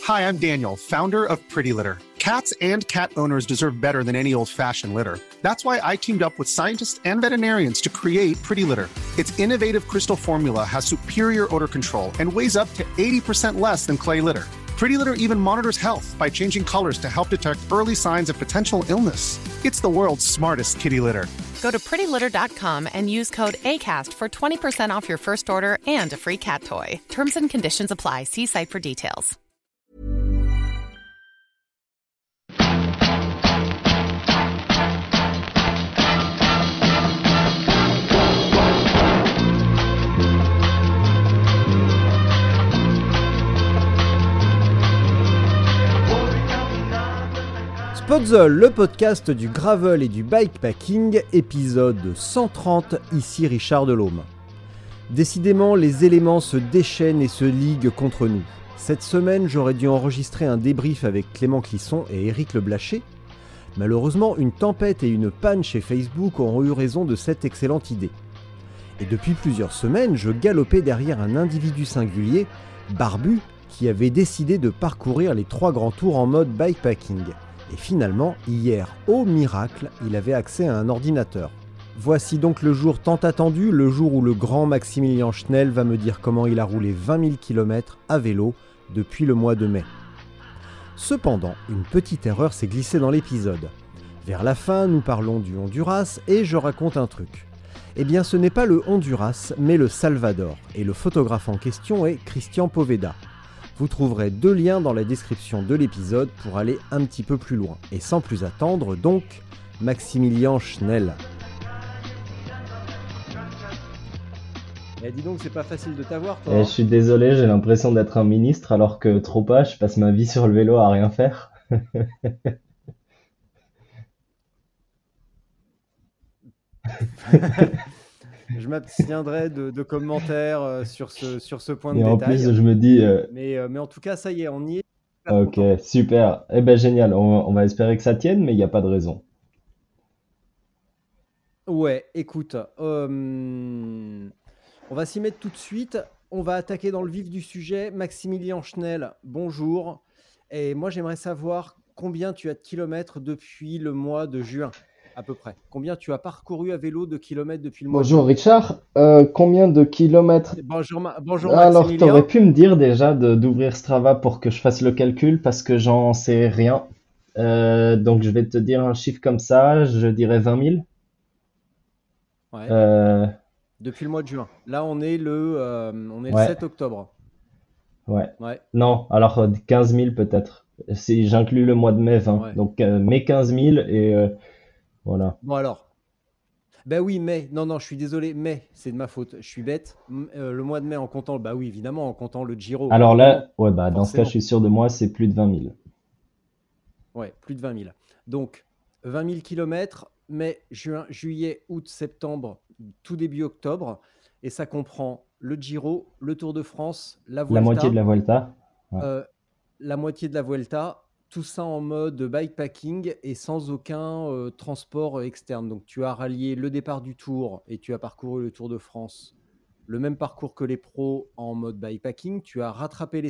Hi, I'm Daniel, founder of Pretty Litter. Cats and cat owners deserve better than any old-fashioned litter. That's why I teamed up with scientists and veterinarians to create Pretty Litter. Its innovative crystal formula has superior odor control and weighs up to 80% less than clay litter. Pretty Litter even monitors health by changing colors to help detect early signs of potential illness. It's the world's smartest kitty litter. Go to prettylitter.com and use code ACAST for 20% off your first order and a free cat toy. Terms and conditions apply. See site for details. Podzol, le podcast du gravel et du bikepacking, épisode 130, ici Richard Delhomme. Décidément, les éléments se déchaînent et se liguent contre nous. Cette semaine, j'aurais dû enregistrer un débrief avec Clément Clisson et Éric Le Blaché. Malheureusement, une tempête et une panne chez Facebook ont eu raison de cette excellente idée. Et depuis plusieurs semaines, je galopais derrière un individu singulier, barbu, qui avait décidé de parcourir les 3 grands tours en mode bikepacking. Et finalement, hier, au miracle, il avait accès à un ordinateur. Voici donc le jour tant attendu, le jour où le grand Maximilien Schnell va me dire comment il a roulé 20 000 km à vélo depuis le mois de mai. Cependant, une petite erreur s'est glissée dans l'épisode. Vers la fin, nous parlons du Honduras et je raconte un truc. Eh bien, ce n'est pas le Honduras, mais le Salvador. Et le photographe en question est Christian Poveda. Vous trouverez 2 liens dans la description de l'épisode pour aller un petit peu plus loin. Et sans plus attendre, donc, Maximilien Schnell. Dis donc, c'est pas facile de t'avoir, toi. Je suis désolé, j'ai l'impression d'être un ministre alors que trop pas, je passe ma vie sur le vélo à rien faire. Je m'abstiendrai de commentaires sur ce point de Et en détail. plus, je me dis, Mais en tout cas, ça y est, on y est. ok, super. Eh ben génial, on va espérer que ça tienne, mais il n'y a pas de raison. Ouais, écoute, on va s'y mettre tout de suite. On va attaquer dans le vif du sujet. Maximilien Schnell, bonjour. Et moi, j'aimerais savoir combien tu as de kilomètres depuis le mois de juin, à peu près. Combien tu as parcouru à vélo de kilomètres depuis le mois de Bonjour juin? Richard, combien de kilomètres? Bonjour Alors, Maximilien. t'aurais pu me dire déjà d'ouvrir Strava pour que je fasse le calcul parce que j'en sais rien. Donc, je vais te dire un chiffre comme ça, je dirais 20 000. Ouais, Euh, depuis le mois de juin. Là, on est le ouais, 7 octobre. ouais. Ouais, Non, alors 15 000 peut-être. Si j'inclus le mois de mai 20. ouais. Donc, mai 15 000 et voilà. Bon alors. Ben oui, mai. Non, je suis désolé. Mai, c'est de ma faute. Je suis bête. Le mois de mai en comptant, bah oui, évidemment, en comptant le Giro. Alors Évidemment, là, ouais, bah, dans ce cas, je forcément. suis sûr de moi, c'est plus de 20 000. Ouais, plus de 20 000. Donc, 20 000 km, mai, juin, juillet, août, septembre, tout début octobre. Et ça comprend le Giro, le Tour de France, la La moitié de Vuelta, la Volta. Ouais. euh, la moitié de la Vuelta, tout ça en mode bikepacking et sans aucun transport externe. Donc tu as rallié le départ du Tour et tu as parcouru le Tour de France, le même parcours que les pros en mode bikepacking. Tu as rattrapé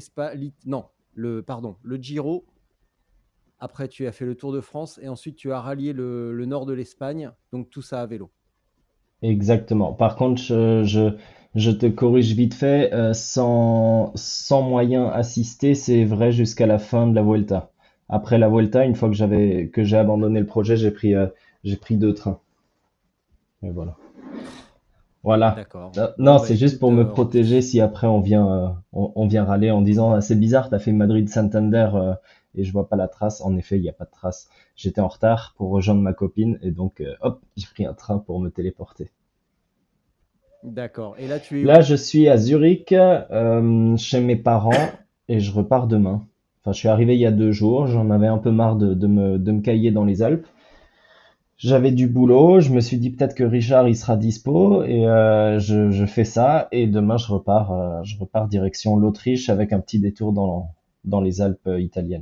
le Giro. Après, tu as fait le Tour de France et ensuite tu as rallié le nord de l'Espagne. Donc tout ça à vélo. Exactement. Par contre, je te corrige vite fait, sans moyen assisté, c'est vrai jusqu'à la fin de la Vuelta. Après la Vuelta, une fois que j'ai abandonné le projet, j'ai pris 2 trains. Et voilà. Voilà. D'accord. Non, Bon, bah c'est juste pour écoute, me protéger si après on vient râler en disant ah, c'est bizarre, t'as fait Madrid-Santander et je vois pas la trace. En effet, il n'y a pas de trace. J'étais en retard pour rejoindre ma copine et donc hop, j'ai pris un train pour me téléporter. d'accord. Et là, tu es Là, où? je suis à Zurich, chez mes parents, et je repars demain. Enfin, je suis arrivé il y a 2 jours, j'en avais un peu marre de me cailler dans les Alpes. J'avais du boulot, je me suis dit peut-être que Richard il sera dispo, et je fais ça, et demain je repars direction l'Autriche avec un petit détour dans les Alpes italiennes.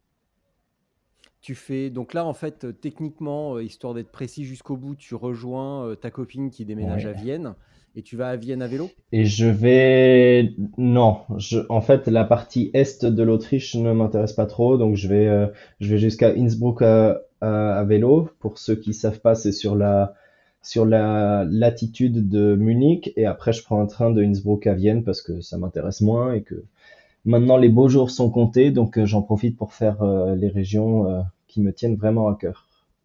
Tu fais donc là en fait techniquement histoire d'être précis jusqu'au bout, tu rejoins ta copine qui déménage à Ouais. Vienne Et tu vas à Vienne à vélo? Et je vais... Non, en fait, la partie est de l'Autriche ne m'intéresse pas trop, donc je vais jusqu'à Innsbruck à vélo. Pour ceux qui savent pas, c'est sur la latitude de Munich, et après je prends un train de Innsbruck à Vienne parce que ça m'intéresse moins et que maintenant les beaux jours sont comptés, donc j'en profite pour faire les régions qui me tiennent vraiment à cœur.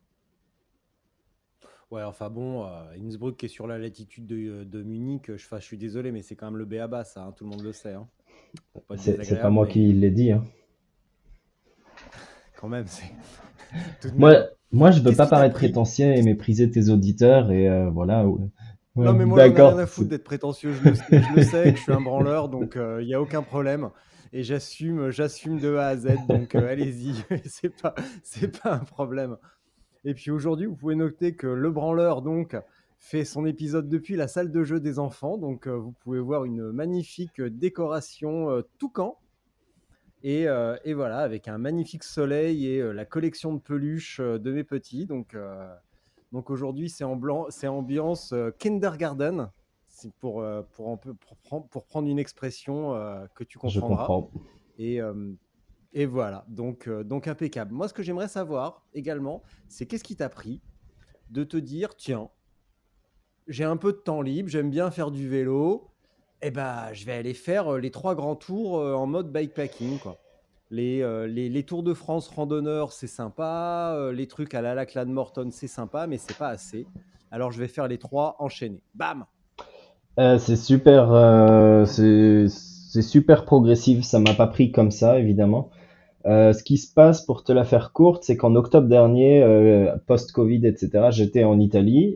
Ouais, enfin bon, Innsbruck qui est sur la latitude de Munich, je suis désolé, mais c'est quand même le b.a.-ba, ça, hein, tout le monde le sait, hein. Pour pas être C'est pas désagréable, moi mais qui l'ai dit, hein. quand même, c'est tout de même. Moi, je veux Qu'est-ce pas qui t'a paraître pris? prétentieux et mépriser tes auditeurs et voilà. Ouais. Non, Ouais, mais moi, j'en ai rien d'accord. à foutre d'être prétentieux. Je le sais que je suis un branleur, donc il n'y a aucun problème. Et j'assume de A à Z. Donc allez-y, c'est pas un problème. Et puis aujourd'hui, vous pouvez noter que le branleur donc fait son épisode depuis la salle de jeu des enfants. Donc vous pouvez voir une magnifique décoration toucan. Et voilà, avec un magnifique soleil et la collection de peluches de mes petits. Donc aujourd'hui, c'est en blanc, c'est ambiance kindergarten. C'est pour prendre une expression que tu Je comprendras. comprends. Et, euh, et voilà, donc impeccable. Moi, ce que j'aimerais savoir également, c'est qu'est-ce qui t'a pris de te dire, tiens, j'ai un peu de temps libre, j'aime bien faire du vélo, et ben, je vais aller faire les 3 grands tours en mode bikepacking, quoi. Les Tours de France randonneurs, c'est sympa. Les trucs à la lac Morton, c'est sympa, mais c'est pas assez. Alors, je vais faire les 3 enchaînés. Bam! C'est super, c'est super progressif. Ça m'a pas pris comme ça, évidemment. Ce qui se passe, pour te la faire courte, c'est qu'en octobre dernier, post-Covid, etc., j'étais en Italie,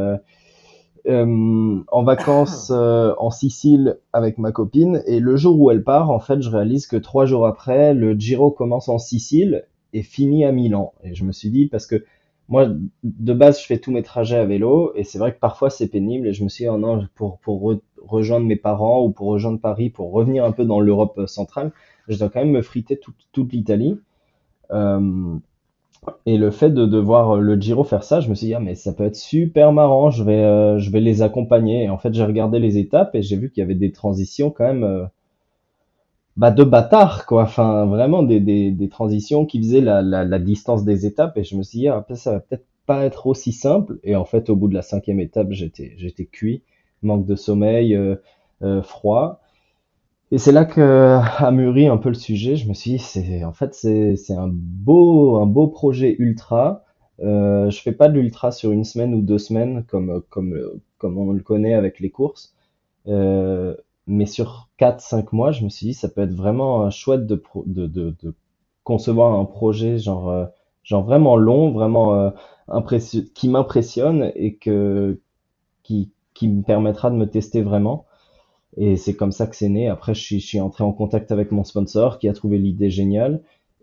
en vacances en Sicile avec ma copine, et le jour où elle part, en fait, je réalise que 3 jours après, le Giro commence en Sicile et finit à Milan. Et je me suis dit, parce que moi, de base, je fais tous mes trajets à vélo, et c'est vrai que parfois c'est pénible, et je me suis dit, oh non, rejoindre mes parents ou pour rejoindre Paris, pour revenir un peu dans l'Europe centrale, je dois quand même me friter toute l'Italie. Euh, et le fait de voir le Giro faire ça, je me suis dit, ah, mais ça peut être super marrant, je vais les accompagner. Et en fait, j'ai regardé les étapes et j'ai vu qu'il y avait des transitions quand même, bah, de bâtard, quoi. Enfin, vraiment des transitions qui faisaient la distance des étapes. Et je me suis dit, ah, ça va peut-être pas être aussi simple. Et en fait, au bout de la 5e étape, j'étais cuit, manque de sommeil, froid. Et c'est là que a mûri un peu le sujet. Je me suis dit, en fait, c'est un beau projet ultra. Je fais pas de l'ultra sur une semaine ou 2 semaines comme on le connaît avec les courses. Euh, mais sur 4 5 mois, je me suis dit, ça peut être vraiment chouette de concevoir un projet genre vraiment long, vraiment qui m'impressionne et qui me permettra de me tester vraiment. Et c'est comme ça que c'est né. Après, je suis entré en contact avec mon sponsor qui a trouvé l'idée géniale.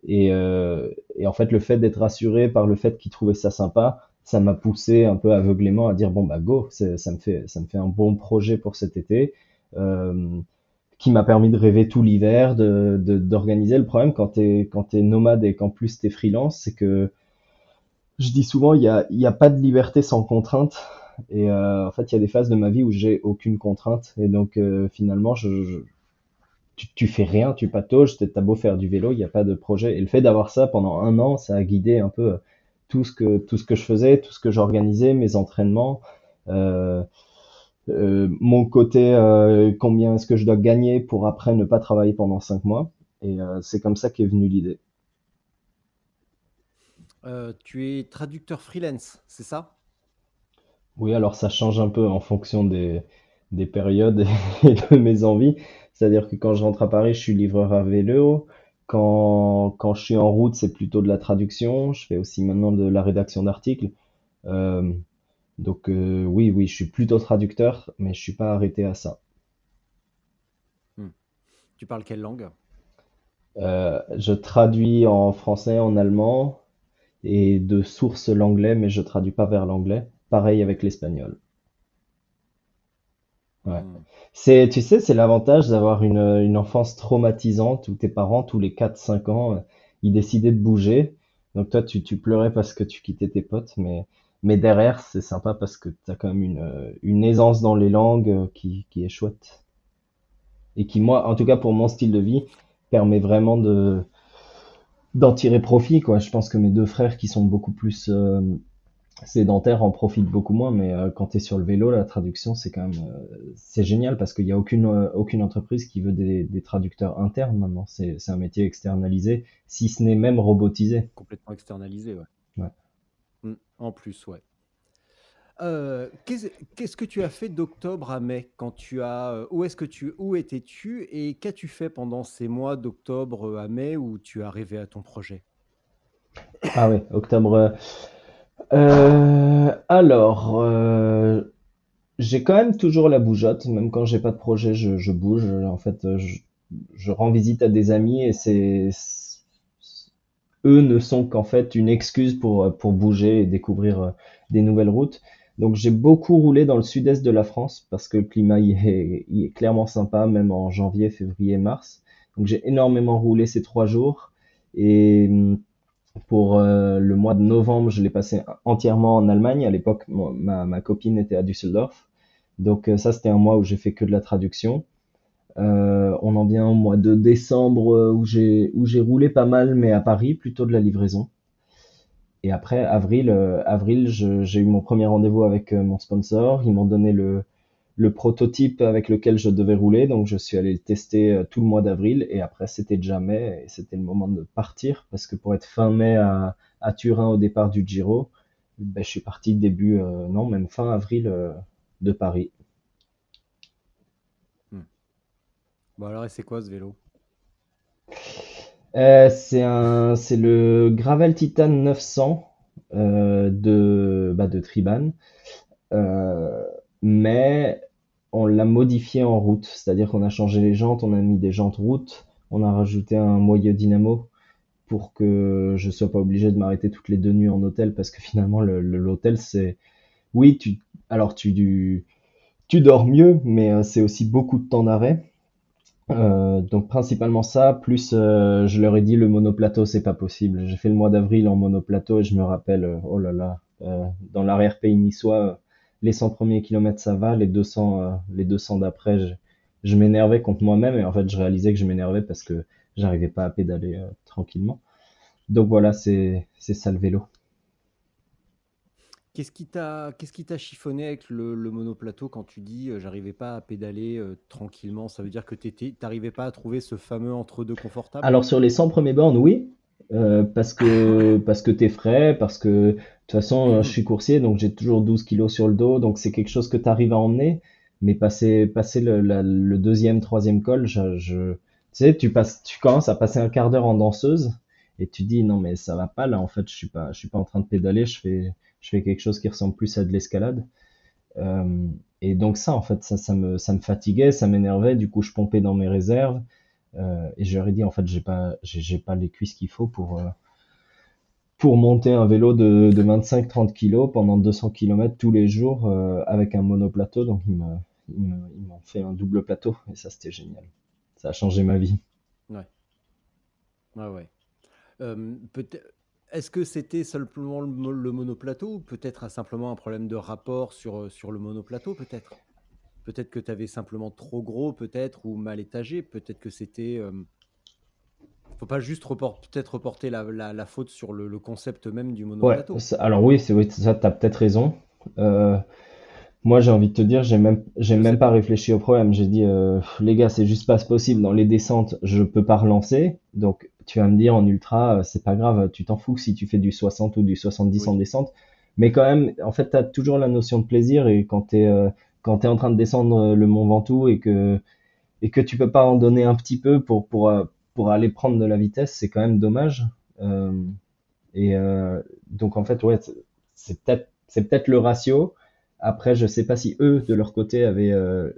Et en fait, le fait d'être rassuré par le fait qu'il trouvait ça sympa, ça m'a poussé un peu aveuglément à dire bon bah go, ça me fait un bon projet pour cet été, euh, qui m'a permis de rêver tout l'hiver, d'organiser. Le problème quand t'es nomade et qu'en plus t'es freelance, c'est que je dis souvent il y a pas de liberté sans contrainte. Et en fait, il y a des phases de ma vie où j'ai aucune contrainte. Et donc, finalement, tu fais rien, tu patauges, t'as beau faire du vélo, il n'y a pas de projet. Et le fait d'avoir ça pendant un an, ça a guidé un peu tout ce que je faisais, tout ce que j'organisais, mes entraînements, euh, mon côté, combien est-ce que je dois gagner pour après ne pas travailler pendant 5 mois. Et c'est comme ça qu'est venue l'idée. Tu es traducteur freelance, c'est ça? Oui, alors ça change un peu en fonction des périodes et de mes envies. C'est-à-dire que quand je rentre à Paris, je suis livreur à vélo. Quand je suis en route, c'est plutôt de la traduction. Je fais aussi maintenant de la rédaction d'articles. Euh, oui, je suis plutôt traducteur, mais je suis pas arrêté à ça. Hmm. Tu parles quelle langue? Je traduis en français, en allemand et de source l'anglais, mais je traduis pas vers l'anglais. Pareil avec l'espagnol. Ouais. Hmm. Tu sais, c'est l'avantage d'avoir une enfance traumatisante où tes parents, tous les 4 5 ans, ils décidaient de bouger. Donc toi, tu pleurais parce que tu quittais tes potes, mais Mais derrière, c'est sympa parce que t'as quand même une aisance dans les langues qui est chouette. Et qui, moi, en tout cas pour mon style de vie, permet vraiment d'en tirer profit, quoi. Je pense que mes deux frères qui sont beaucoup plus sédentaires en profitent beaucoup moins, mais quand tu es sur le vélo, la traduction, c'est quand même c'est génial parce qu'il n'y a aucune entreprise qui veut des traducteurs internes maintenant. C'est un métier externalisé, si ce n'est même robotisé. Complètement externalisé, ouais. Ouais. En plus, ouais. Qu'est-ce que tu as fait d'octobre à mai quand tu as où étais-tu et qu'as-tu fait pendant ces mois d'octobre à mai où tu as rêvé à ton projet? Ah oui, octobre. J'ai quand même toujours la bougeotte, même quand j'ai pas de projet, je bouge. En fait, je rends visite à des amis et eux ne sont qu'en fait une excuse pour bouger et découvrir des nouvelles routes. Donc j'ai beaucoup roulé dans le sud-est de la France parce que le climat y est clairement sympa, même en janvier, février, mars. Donc j'ai énormément roulé ces 3 jours et pour le mois de novembre, je l'ai passé entièrement en Allemagne. À l'époque, ma copine était à Düsseldorf. Donc ça, c'était un mois où j'ai fait que de la traduction. On en vient au mois de décembre où j'ai roulé pas mal, mais à Paris, plutôt de la livraison. Et après, avril, j'ai eu mon premier rendez-vous avec mon sponsor. Ils m'ont donné le prototype avec lequel je devais rouler. Donc, je suis allé le tester tout le mois d'avril. Et après, c'était déjà mai et c'était le moment de partir. Parce que pour être fin mai à Turin au départ du Giro, ben, je suis parti non, même fin avril de Paris. Bon alors, et c'est quoi ce vélo? C'est le Gravel Titan 900 de Triban. Euh, mais on l'a modifié en route, c'est-à-dire qu'on a changé les jantes, on a mis des jantes route, on a rajouté un moyeu dynamo pour que je sois pas obligé de m'arrêter toutes les 2 nuits en hôtel parce que finalement l'hôtel c'est oui tu dors mieux mais c'est aussi beaucoup de temps d'arrêt. Donc principalement ça, plus je leur ai dit le monoplateau c'est pas possible. J'ai fait le mois d'avril en monoplateau et je me rappelle, oh là là, dans l'arrière-pays niçois, les 100 premiers kilomètres ça va, les 200 d'après, je m'énervais contre moi-même et en fait je réalisais que je m'énervais parce que j'arrivais pas à pédaler tranquillement. Donc voilà, c'est ça le vélo. Qu'est-ce qui t'a chiffonné avec le monoplateau quand tu dis j'arrivais pas à pédaler tranquillement? Ça veut dire que t'arrivais pas à trouver ce fameux entre-deux confortable? Alors sur les 100 premiers bornes, oui, parce que t'es frais, parce que de toute façon je suis coursier, donc j'ai toujours 12 kilos sur le dos, donc c'est quelque chose que tu arrives à emmener. Mais passer le deuxième, troisième col, tu sais, tu commences à passer un quart d'heure en danseuse et tu dis non mais ça va pas là, en fait je suis pas en train de pédaler, je fais quelque chose qui ressemble plus à de l'escalade. Euh, et donc ça, en fait, ça me fatiguait, ça m'énervait. Du coup, je pompais dans mes réserves. Et je leur ai dit, en fait, j'ai pas les cuisses qu'il faut pour monter un vélo de 25-30 kilos pendant 200 kilomètres tous les jours avec un monoplateau. Donc, ils m'ont fait un double plateau. Et ça, c'était génial. Ça a changé ma vie. Ouais, ouais, ouais. Est-ce que c'était simplement le monoplateau ou peut-être simplement un problème de rapport sur le monoplateau peut-être? Peut-être que tu avais simplement trop gros peut-être ou mal étagé, peut-être que c'était... faut pas juste peut-être reporter la faute sur le concept même du Ouais, monoplateau. alors oui, ça, t'as peut-être raison. Euh, Moi, j'ai envie de te dire, j'ai Je sais même pas pas. réfléchi au problème. J'ai dit, les gars, c'est juste pas possible. Dans les descentes, je peux pas relancer. Donc, tu vas me dire, en ultra, c'est pas grave, tu t'en fous si tu fais du 60 ou du 70 en Oui. descente. Mais quand même, en fait, t'as toujours la notion de plaisir et quand t'es en train de descendre le Mont Ventoux et que tu peux pas en donner un petit peu pour aller prendre de la vitesse, c'est quand même dommage. Euh, donc en fait, ouais, c'est peut-être le ratio. Après, je sais pas si eux, de leur côté, avaient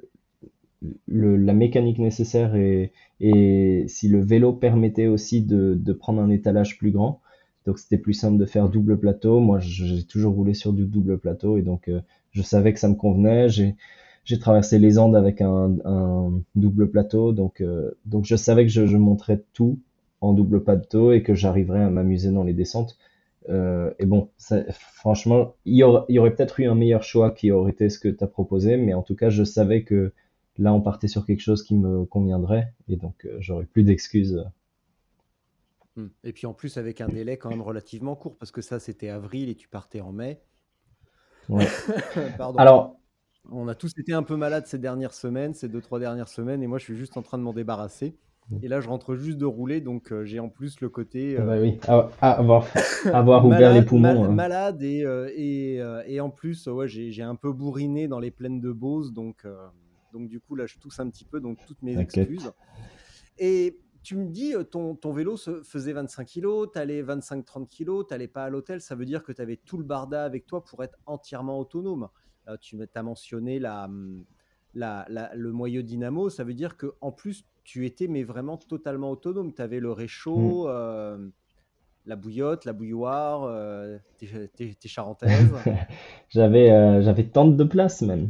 la mécanique nécessaire et si le vélo permettait aussi de prendre un étalage plus grand. Donc c'était plus simple de faire double plateau. Moi, j'ai toujours roulé sur du double plateau et donc je savais que ça me convenait. J'ai traversé les Andes avec un double plateau, donc je savais que je monterais tout en double plateau et que j'arriverais à m'amuser dans les descentes. Et bon, franchement, il y aurait peut-être eu un meilleur choix qui aurait été ce que tu as proposé, mais en tout cas, je savais que là, on partait sur quelque chose qui me conviendrait, et donc j'aurais plus d'excuses. Et puis en plus avec un délai quand même relativement court, parce que ça c'était avril et tu partais en mai. Ouais. Pardon. Alors, On a tous été un peu malades ces dernières semaines, ces 2-3 dernières semaines, et moi je suis juste en train de m'en débarrasser. Et là je rentre juste de rouler, donc j'ai en plus le côté bah oui, avoir ouvert les poumons. malade et en plus ouais, j'ai un peu bourriné dans les plaines de Beauce, donc du coup là je tousse un petit peu, donc toutes mes T'inquiète. excuses. Et tu me dis, ton vélo faisait 25 kilos, tu allais 25-30 kilos, tu n'allais pas à l'hôtel, ça veut dire que tu avais tout le barda avec toi pour être entièrement autonome. Tu as mentionné le moyeu dynamo, ça veut dire qu'en plus, tu étais mais vraiment totalement autonome. Tu avais le réchaud, la bouillotte, la bouilloire, tes charentaises. J'avais tente de place même.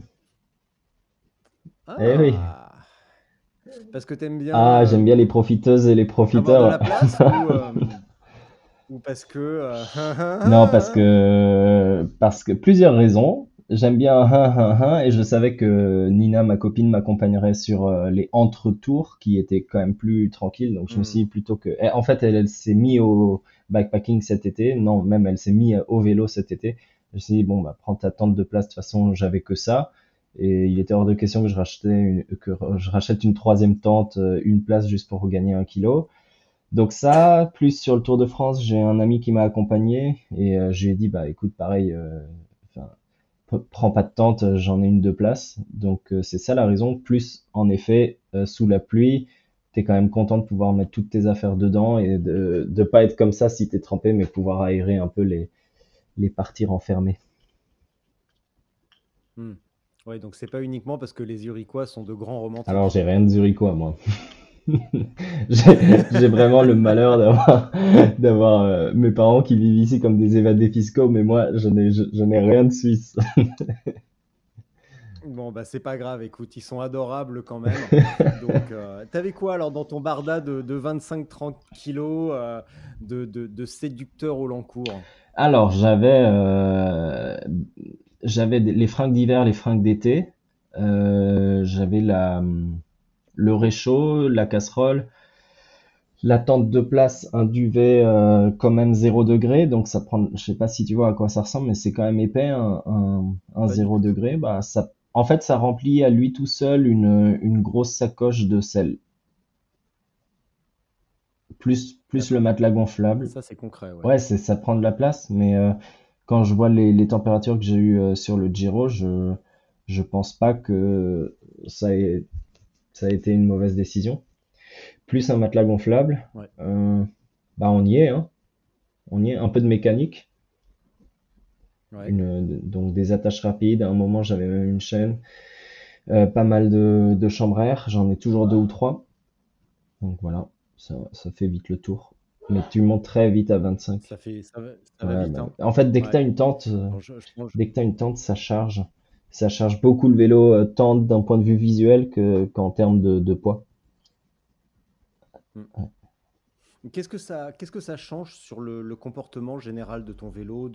Eh oui. Parce que tu aimes bien Ah, j'aime bien les profiteuses et les avoir de profiteurs. la place ou parce que Non, parce que plusieurs raisons. J'aime bien et je savais que Nina, ma copine, m'accompagnerait sur les entre-tours qui étaient quand même plus tranquilles. Donc je me suis dit plutôt que. En fait, elle s'est mise au bikepacking cet été. Non, même elle s'est mise au vélo cet été. Je me suis dit, bon, bah, prends ta tente de place. De toute façon, j'avais que ça. Et il était hors de question que je rachète une troisième tente, une place juste pour regagner 1 kilo. Donc ça, plus sur le Tour de France, j'ai un ami qui m'a accompagné et je lui ai dit, bah écoute, pareil, enfin, prends pas de tente, j'en ai une de place. Donc c'est ça la raison. Plus en effet, sous la pluie, t'es quand même content de pouvoir mettre toutes tes affaires dedans et de pas être comme ça si t'es trempé, mais pouvoir aérer un peu les parties renfermées. Ouais, donc c'est pas uniquement parce que les Zurichois sont de grands romantiques. Alors j'ai rien de zurichois moi. J'ai vraiment le malheur d'avoir mes parents qui vivent ici comme des évadés fiscaux, mais moi je n'ai rien de suisse. Bon, bah c'est pas grave, écoute, ils sont adorables quand même. Donc, t'avais quoi alors dans ton barda de 25-30 kilos de séducteur au long cours? Alors j'avais les fringues d'hiver, les fringues d'été, j'avais le réchaud, la casserole, la tente de place, un duvet quand même 0 degré, donc ça prend, je sais pas si tu vois à quoi ça ressemble, mais c'est quand même épais, un Pas du 0 tout. degré. Bah, en fait, ça remplit à lui tout seul une grosse sacoche de sel, plus le D'accord. matelas gonflable. Ça, c'est concret, ouais. Ouais, ça prend de la place, mais quand je vois les températures que j'ai eues sur le Giro, je pense pas que ça ait, ça a été une mauvaise décision. Plus un matelas gonflable, Ouais. bah on y est, hein. On y est, un peu de mécanique, Ouais. donc des attaches rapides. À un moment, j'avais même une chaîne, pas mal de chambres à air. J'en ai toujours 2 ou 3. Donc voilà, ça fait vite le tour. Mais tu montes très vite à 25. Ça va Ouais, vite, bah, hein. en fait, Ouais. Bon, dès que t'as une tente, ça charge. Ça charge beaucoup le vélo tente d'un point de vue visuel qu'en termes de poids. Qu'est-ce que ça change sur le comportement général de ton vélo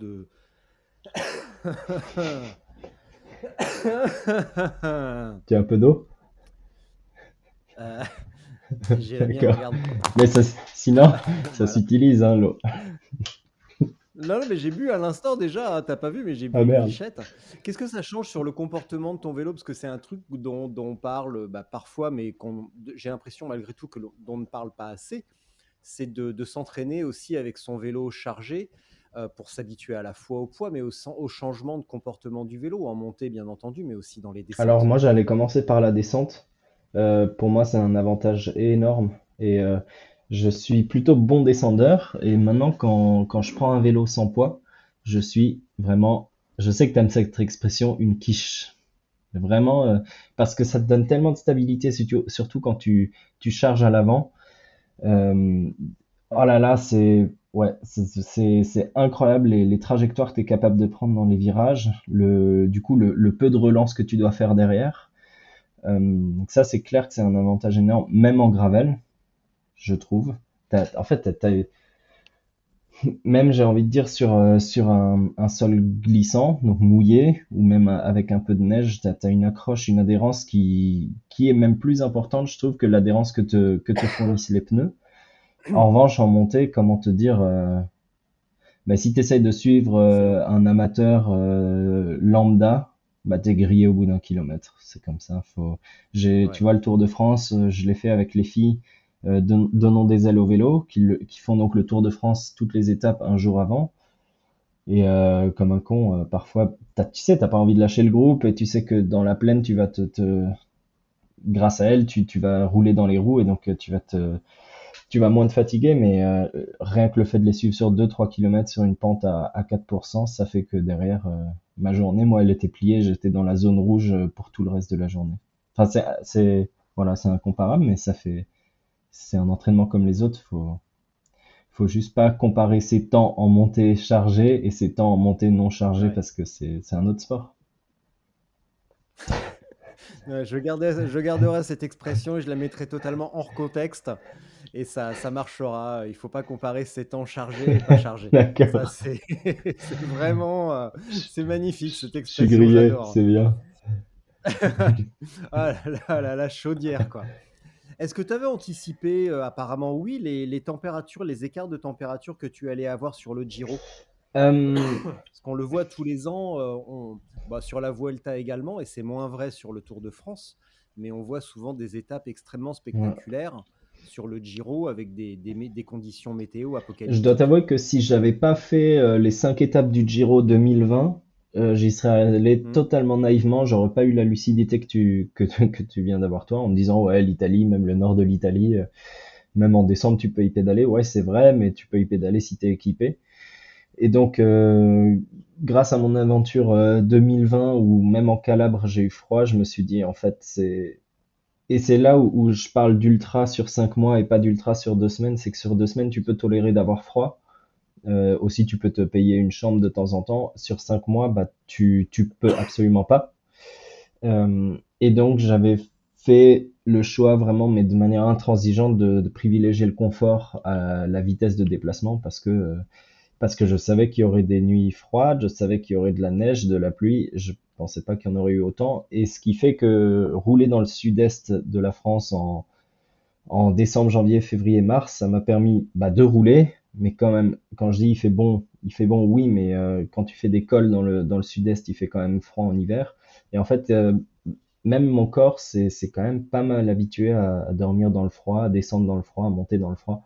Tu as un peu d'eau? Euh, Jérémy D'accord. regarde. Mais sinon, ça Voilà. s'utilise, hein, l'eau. Non, mais j'ai bu à l'instant déjà, hein, t'as pas vu, mais j'ai bu Ah une merde. lichette. Qu'est-ce que ça change sur le comportement de ton vélo? Parce que c'est un truc dont on parle parfois, mais j'ai l'impression malgré tout dont on ne parle pas assez. C'est de s'entraîner aussi avec son vélo chargé pour s'habituer à la fois au poids, mais au changement de comportement du vélo, en montée bien entendu, mais aussi dans les Alors descentes. moi, j'allais commencer par la descente. Pour moi, c'est un avantage énorme. Et je suis plutôt bon descendeur. Et maintenant, quand je prends un vélo sans poids, je suis vraiment, je sais que tu aimes cette expression, une quiche. Vraiment, parce que ça te donne tellement de stabilité, surtout quand tu charges à l'avant. Euh, oh là là, ouais, c'est incroyable les trajectoires que tu es capable de prendre dans les virages, du coup, le peu de relance que tu dois faire derrière. Donc ça, c'est clair que c'est un avantage énorme, même en gravel, je trouve. En fait, même j'ai envie de dire sur un sol glissant, donc mouillé, ou même avec un peu de neige, t'as une accroche, une adhérence qui est même plus importante, je trouve, que l'adhérence que te fournissent les pneus. En revanche, en montée, comment te dire, bah, si tu essayes de suivre C'est long. un amateur lambda, bah, t'es grillé au bout d'un kilomètre. C'est comme ça. Tu Ouais. vois, le Tour de France, je l'ai fait avec les filles donnant des ailes au vélo, qui font donc le Tour de France toutes les étapes un jour avant. Et comme un con, parfois, tu sais, t'as pas envie de lâcher le groupe et tu sais que dans la plaine, tu vas grâce à elle, tu vas rouler dans les roues et donc tu vas moins te fatiguer, mais rien que le fait de les suivre sur 2-3 kilomètres sur une pente à 4%, ça fait que derrière, ma journée, moi, elle était pliée, j'étais dans la zone rouge pour tout le reste de la journée. Enfin, voilà, c'est incomparable, mais c'est un entraînement comme les autres. Faut juste pas comparer ses temps en montée chargée et ses temps en montée non chargée Ouais. parce que c'est un autre sport. Ouais, je garderai cette expression et je la mettrai totalement hors contexte. Et ça marchera. Il faut pas comparer ses temps chargés et pas chargés. Ça, D'accord. c'est c'est vraiment, c'est magnifique cette Je suis expression, grillé, j'adore. c'est bien. Ah là là, la chaudière, quoi. Est-ce que tu avais anticipé, apparemment oui, les températures, les écarts de température que tu allais avoir sur le Giro? Euh, Parce qu'on le voit tous les ans, bah, sur la Vuelta également, et c'est moins vrai sur le Tour de France, mais on voit souvent des étapes extrêmement ouais. spectaculaires sur le Giro avec des conditions météo Je dois apocalyptiques. t'avouer que si j'avais pas fait les 5 étapes du Giro 2020, j'y serais allé Hmm. totalement naïvement. J'aurais pas eu la lucidité que tu viens d'avoir toi en me disant ouais l'Italie, même le nord de l'Italie, même en décembre tu peux y pédaler. Ouais c'est vrai, mais tu peux y pédaler si t'es équipé. Et donc grâce à mon aventure 2020 où même en Calabre j'ai eu froid, je me suis dit en fait c'est là où je parle d'ultra sur 5 mois et pas d'ultra sur 2 semaines, c'est que sur 2 semaines tu peux tolérer d'avoir froid. Aussi, tu peux te payer une chambre de temps en temps. Sur 5 mois, bah, tu peux absolument pas. Et donc, j'avais fait le choix vraiment, mais de manière intransigeante, de privilégier le confort à la vitesse de déplacement parce que je savais qu'il y aurait des nuits froides, je savais qu'il y aurait de la neige, de la pluie. Je pensais pas qu'il y en aurait eu autant. Et ce qui fait que rouler dans le sud-est de la France en décembre, janvier, février, mars, ça m'a permis bah, de rouler, mais quand même, quand je dis il fait bon, oui, mais quand tu fais des cols dans le sud-est, il fait quand même froid en hiver. Et en fait, même mon corps, c'est quand même pas mal habitué à dormir dans le froid, à descendre dans le froid, à monter dans le froid.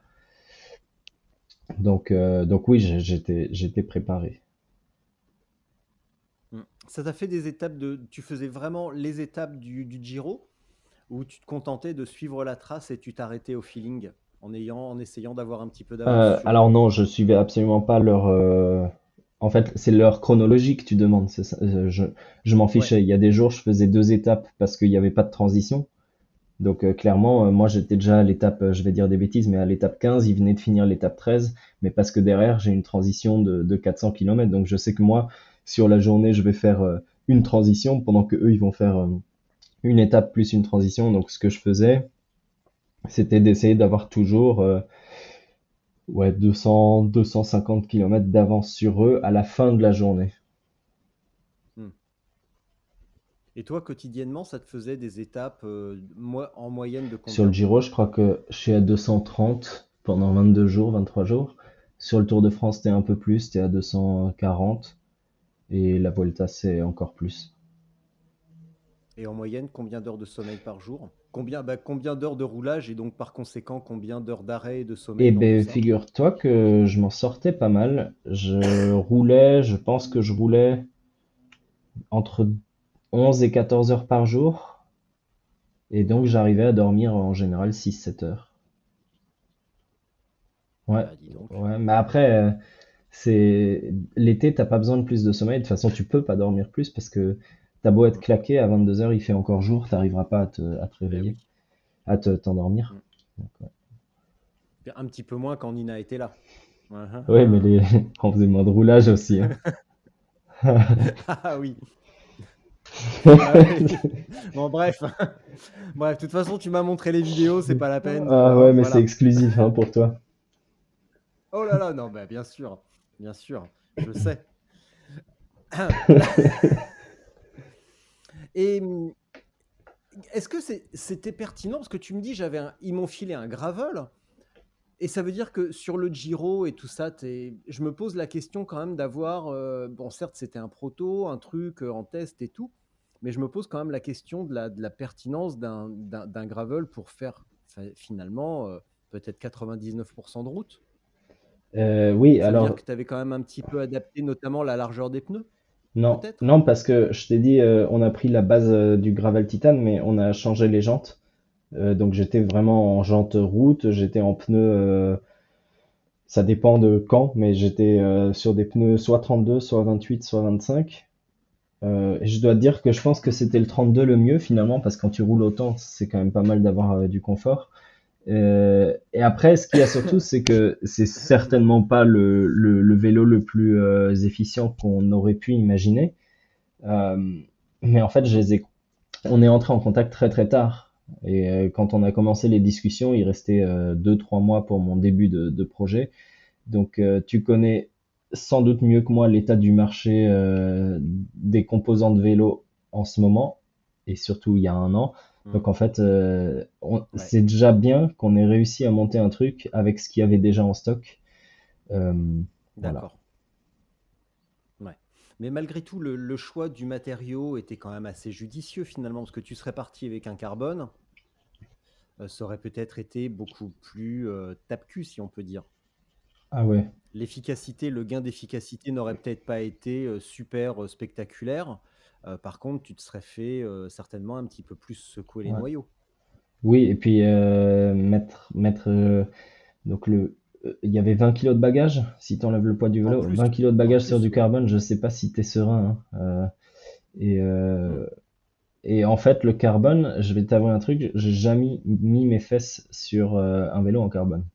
Donc oui, j'étais préparé. Hmm. Ça t'a fait des étapes de... Tu faisais vraiment les étapes du Giro ou tu te contentais de suivre la trace et tu t'arrêtais au feeling en essayant d'avoir un petit peu d'avance sur Alors eux? non, je suivais absolument pas leur. En fait, c'est leur chronologie que tu demandes. C'est ça. Je m'en Ouais. fichais. Il y a des jours, je faisais 2 étapes parce qu'il n'y avait pas de transition. Donc clairement, moi j'étais déjà à l'étape, je vais dire des bêtises, mais à l'étape 15, ils venaient de finir l'étape 13, mais parce que derrière j'ai une transition de 400 km, donc je sais que moi, sur la journée, je vais faire une transition, pendant que eux, ils vont faire une étape plus une transition. Donc ce que je faisais, c'était d'essayer d'avoir toujours ouais, 200, 250 km d'avance sur eux à la fin de la journée. Hmm. Et toi, quotidiennement, ça te faisait des étapes en moyenne de Sur le combien de Giro, temps? je crois que je suis à 230 pendant 22 jours, 23 jours. Sur le Tour de France, t'es un peu plus, t'es à 240. Et la Vuelta, c'est encore plus. Et en moyenne, combien d'heures de sommeil par jour? Combien d'heures de roulage et donc par conséquent, combien d'heures d'arrêt et de Et sommeil dans tout ben, ça? figure-toi que je m'en sortais pas mal. Je pense que je roulais entre 11 et 14 heures par jour. Et donc, j'arrivais à dormir en général 6-7 heures. Ouais, Ah, dis donc. ouais. Mais après, l'été, t'as pas besoin de plus de sommeil. De toute façon, tu peux pas dormir plus parce que t'as beau être Mm. claqué à 22 heures, il fait encore jour, t'arriveras pas à te Ben réveiller, oui. t'endormir. Mm. Donc, ouais. Un petit peu moins quand Nina était là. Ouais, mais on faisait moins de roulage aussi, hein. Ah oui. Ah oui. Bon, bref. Bref, de toute façon, tu m'as montré les vidéos, c'est pas la peine. Ah ouais, mais c'est Voilà. exclusif hein, pour toi. Oh là là, non, bah, bien sûr, je sais. Et est-ce que c'était pertinent? Parce que tu me dis, ils m'ont filé un gravel. Et ça veut dire que sur le Giro et tout ça, je me pose la question quand même d'avoir, bon, certes, c'était un proto, un truc en test et tout, mais je me pose quand même la question de la pertinence d'un gravel pour faire finalement peut-être 99% de route. Oui, Ça veut dire alors que tu avais quand même un petit peu adapté notamment la largeur des pneus, non, peut-être? non, parce que je t'ai dit, on a pris la base du gravel titane, mais on a changé les jantes. Donc j'étais vraiment en jante route, j'étais en pneus, ça dépend de quand, mais j'étais sur des pneus soit 32, soit 28, soit 25. Et je dois te dire que je pense que c'était le 32 le mieux finalement, parce que quand tu roules autant, c'est quand même pas mal d'avoir du confort. Et après, ce qu'il y a surtout, c'est que c'est certainement pas le vélo le plus efficient qu'on aurait pu imaginer. Euh, mais en fait, Mhm. on est entré en contact très très tard. Et quand on a commencé les discussions, il restait 2-3 mois pour mon début de projet. Donc tu connais sans doute mieux que moi l'état du marché des composants de vélo en ce moment, et surtout il y a un an. Donc Mhm. en fait, Ouais, c'est déjà bien qu'on ait réussi à monter un truc avec ce qu'il y avait déjà en stock. Euh, voilà. d'accord. Ouais. Mais malgré tout, le choix du matériau était quand même assez judicieux finalement, parce que tu serais parti avec un carbone. Ça aurait peut-être été beaucoup plus tape-cul, si on peut dire. Ah ouais. L'efficacité, le gain d'efficacité n'aurait peut-être pas été super spectaculaire. Par contre, tu te serais fait certainement un petit peu plus secouer les Ouais. noyaux. Oui, et puis mettre donc il y avait 20 kilos de bagages, si tu enlèves le poids du En vélo, plus, 20 kilos de en bagages sur plus, du ouais. carbone, je sais pas si t'es serein, hein. Et, Hmm. euh, et en fait, le carbone, je vais t'avouer un truc, j'ai jamais mis mes fesses sur un vélo en carbone.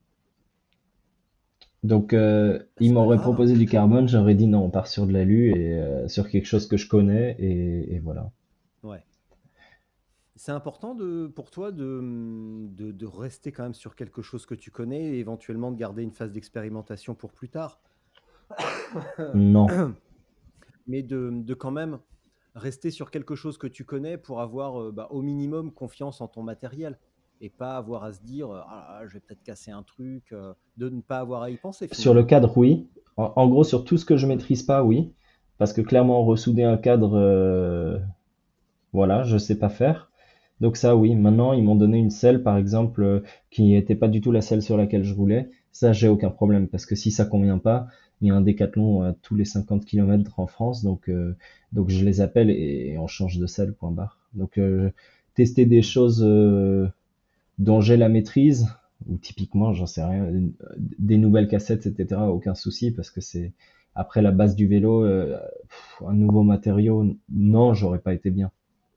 Donc, Bah, il c'est pas m'aurait grave, hein. proposé du carbone, j'aurais dit non, on part sur de l'alu et sur quelque chose que je connais et voilà. Ouais. C'est important pour toi de rester quand même sur quelque chose que tu connais et éventuellement de garder une phase d'expérimentation pour plus tard. Non. Mais de quand même rester sur quelque chose que tu connais pour avoir bah, au minimum confiance en ton matériel et pas avoir à se dire ah, je vais peut-être casser un truc, de ne pas avoir à y penser Sur le finalement. cadre, oui. En gros, sur tout ce que je Mm. maîtrise pas, oui. Parce que clairement, ressouder un cadre, voilà, je sais pas faire. Donc ça, oui. Maintenant, ils m'ont donné une selle, par exemple, qui n'était pas du tout la selle sur laquelle je roulais. Ça, j'ai aucun problème, parce que si ça convient pas, il y a un Décathlon tous les 50 km en France, donc je les appelle et on change de selle, point barre. Donc tester des Mm. choses dont j'ai la maîtrise, ou typiquement, j'en sais rien, des nouvelles cassettes, etc., aucun souci, parce que c'est après la base du vélo, un nouveau matériau, non, j'aurais pas été bien.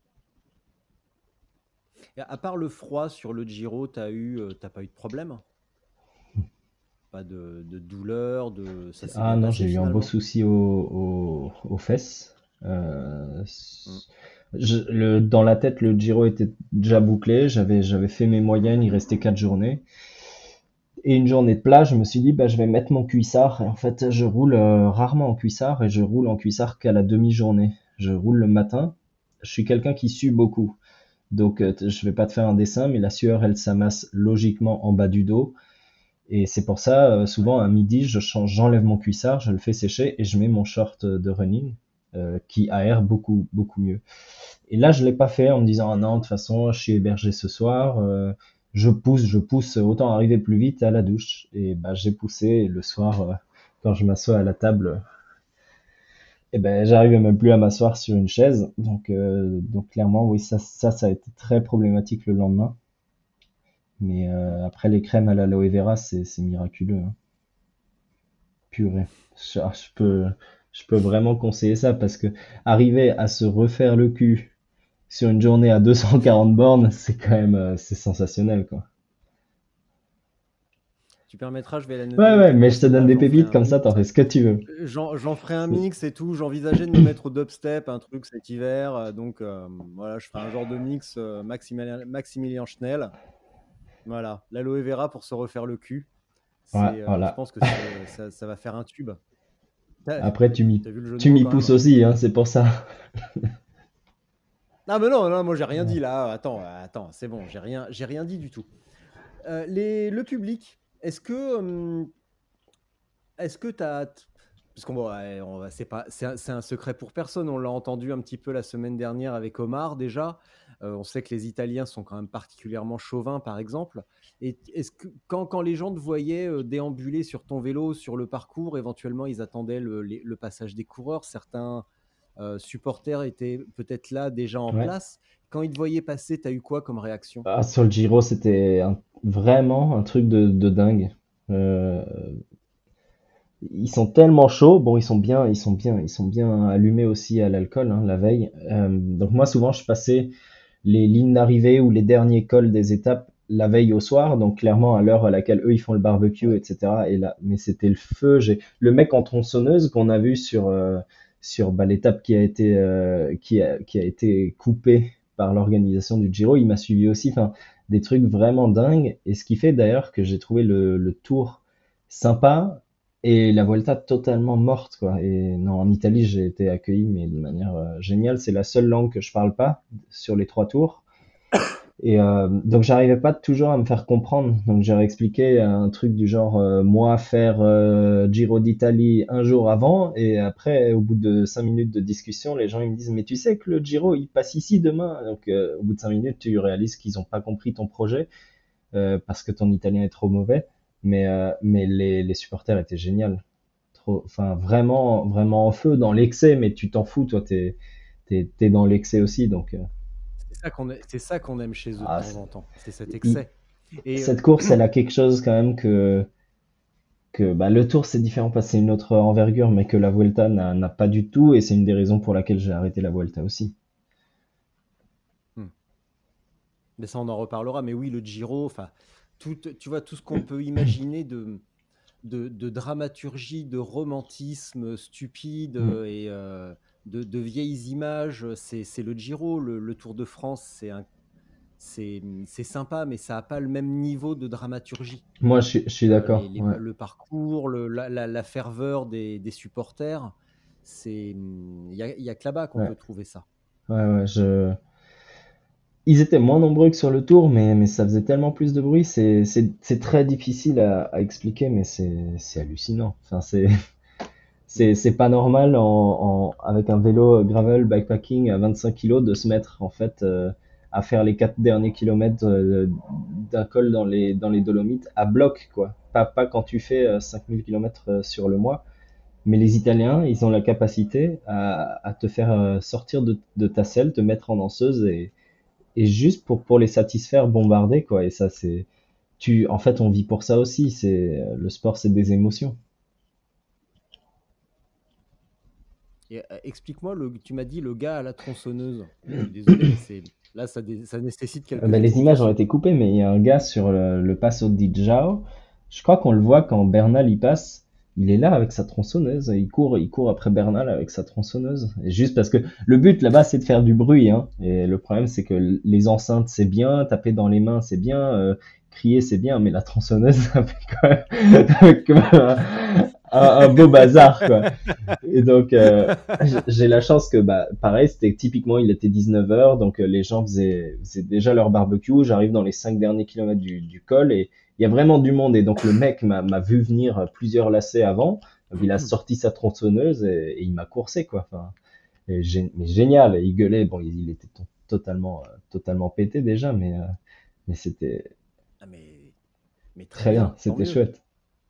Et à part le froid sur le Giro, t'as pas eu de problème? Pas de douleur, ça s'est Ah bien non, passé j'ai eu un beau finalement? souci aux fesses. Euh, Mm. dans la tête, le Giro était déjà bouclé. J'avais fait mes moyennes. Il restait 4 journées. Et une journée de plage, je me suis dit, bah, je vais mettre mon cuissard. Et en fait, je roule rarement en cuissard et je roule en cuissard qu'à la demi-journée. Je roule le matin. Je suis quelqu'un qui sue beaucoup. Donc, je vais pas te faire un dessin, mais la sueur, elle s'amasse logiquement en bas du dos. Et c'est pour ça, Ouais. souvent à midi, j'enlève mon cuissard, je le fais sécher et je mets mon short de running qui aère beaucoup, beaucoup mieux. Et là, je l'ai pas fait en me disant, ah non, de toute façon, je suis hébergé ce soir, je pousse, autant arriver plus vite à la douche. Et bah, j'ai poussé et le soir, quand je m'assois à la table, et ben, j'arrive même plus à m'asseoir sur une chaise. Donc clairement, oui, ça a été très problématique le lendemain. Mais Mm. après, les crèmes à l'aloe vera, c'est miraculeux, hein. Purée. Je peux vraiment conseiller ça parce que arriver à se refaire le cul sur une journée à 240 bornes, c'est quand même, c'est sensationnel, quoi. Tu permettras, je vais la Ouais, ouais, mais noter je te donne celle-là, des j'en ferai pépites un comme ça, mix. t'en fais ce que tu veux. J'en ferai un C'est- mix et tout. J'envisageais de me mettre au dubstep, un truc cet hiver. Donc voilà, je ferai un genre de mix Maximilien Schnell. Voilà, l'aloe vera pour se refaire le cul. Ouais, Je voilà. pense que ça va faire un tube. T'as, Après, t'as vu le jeu de tu mots m'y quand pousses même? aussi, hein, c'est pour ça. Ah mais non, non, moi j'ai rien Ouais. dit là. Attends, c'est bon, j'ai rien dit du tout. Le public, est-ce que t'as, parce qu'on ouais, c'est pas, c'est un secret pour personne. On l'a entendu un petit peu la semaine dernière avec Omar déjà. On sait que les Italiens sont quand même particulièrement chauvins, par exemple. Et est-ce que quand les gens te voyaient déambuler sur ton vélo, sur le parcours, éventuellement ils attendaient le passage des coureurs. Certains supporters étaient peut-être là déjà en Ouais. place. Quand ils te voyaient passer, t'as eu quoi comme réaction? Ah, sur le Giro, c'était vraiment un truc de dingue. Euh, Ils sont tellement chauds. Bon, ils sont bien allumés aussi à l'alcool, hein, la veille. Donc moi, souvent, je passais les lignes d'arrivée ou les derniers cols des étapes la veille au soir, donc clairement à l'heure à laquelle eux ils font le barbecue, Ouais. etc. Et là, mais c'était le feu. J'ai le mec en tronçonneuse qu'on a vu sur bah, l'étape qui a été coupée par l'organisation du Giro. Il m'a suivi aussi. Enfin, des trucs vraiment dingues. Et ce qui fait d'ailleurs que j'ai trouvé le Tour sympa et la Vuelta totalement morte, quoi. Et non, en Italie, j'ai été accueilli, mais de manière géniale. C'est la seule langue que je parle pas sur les 3 tours. Et donc, j'arrivais pas toujours à me faire comprendre. Donc, j'ai expliqué un truc du genre, moi, faire Giro d'Italie un jour avant. Et après, au bout de 5 minutes de discussion, les gens, ils me disent, mais tu sais que le Giro, il passe ici demain. Donc, au bout de 5 minutes, tu réalises qu'ils ont pas compris ton projet parce que ton italien est trop mauvais. Mais les supporters étaient géniaux. Trop, enfin, vraiment, vraiment en feu, dans l'excès, mais tu t'en fous, toi, t'es dans l'excès aussi, donc, C'est ça qu'on aime chez eux de ah, temps en temps. C'est cet il- excès. Et cette course, elle a quelque chose quand même que bah, le Tour, c'est différent parce que c'est une autre envergure, mais que la Vuelta n'a pas du tout, et c'est une des raisons pour laquelle j'ai arrêté la Vuelta aussi. hmm, mais ça, on en reparlera. Mais oui, le Giro, enfin, tu vois, tout ce qu'on peut imaginer de dramaturgie, de romantisme stupide Mm. et de vieilles images, c'est le Giro. Le Tour de France, c'est sympa, mais ça n'a pas le même niveau de dramaturgie. Moi, je suis d'accord, ouais. Le parcours, la ferveur des supporters, il y a que là-bas qu'on Ouais, peut trouver ça. ouais, ouais, ils étaient moins nombreux que sur le Tour, mais ça faisait tellement plus de bruit, c'est très difficile à expliquer, mais c'est hallucinant. Enfin, Mm. c'est pas normal avec un vélo gravel bikepacking à 25 kilos de se mettre en fait à faire les 4 derniers kilomètres d'un col dans les Dolomites à bloc, quoi. Pas quand tu fais 5000 kilomètres sur le mois, mais les Italiens, ils ont la capacité à te faire sortir de ta selle, te mettre en danseuse et juste pour les satisfaire, bombarder, quoi. Et ça, en fait, on vit pour ça aussi. Le sport, c'est des émotions. Et, explique-moi, tu m'as dit le gars à la tronçonneuse. Je suis désolé, mais là, ça nécessite quelques Ben, les images ont explications. été coupées, mais il y a un gars sur le Passo di Giao. Je crois qu'on le voit quand Bernal y passe. Il est là avec sa tronçonneuse. Il court après Bernal avec sa tronçonneuse. Et juste parce que le but là-bas, c'est de faire du bruit, hein. Et le problème, c'est que les enceintes, c'est bien. Taper dans les mains, c'est bien. Crier, c'est bien. Mais la tronçonneuse, ça fait quand même un beau bazar, quoi. Et donc, j'ai la chance que, bah, pareil, c'était typiquement, il était 19h, donc les gens faisaient déjà leur barbecue. J'arrive dans les 5 derniers kilomètres du col et il y a vraiment du monde. Et donc, le mec m'a vu venir plusieurs lacets avant. Donc, il a sorti sa tronçonneuse et il m'a coursé, quoi. Enfin, mais génial. Et il gueulait. Bon, il était totalement pété déjà, mais c'était Ah, mais très très bien. bien, tant C'était mieux. chouette.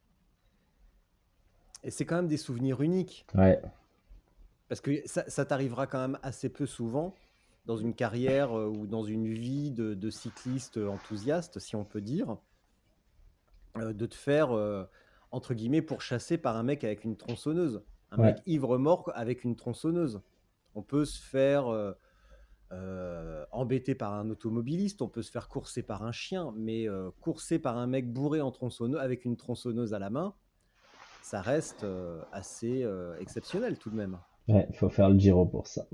Et c'est quand même des souvenirs uniques. Ouais. Parce que ça t'arrivera quand même assez peu souvent dans une carrière ou dans une vie de cycliste enthousiaste, si on peut dire, de te faire, entre guillemets, pourchasser par un mec avec une tronçonneuse. Un Ouais. mec ivre-mort avec une tronçonneuse. On peut se faire embêter par un automobiliste, on peut se faire courser par un chien, mais courser par un mec bourré en tronçonneuse, avec une tronçonneuse à la main, ça reste assez exceptionnel tout de même. Ouais, il faut faire le Giro pour ça.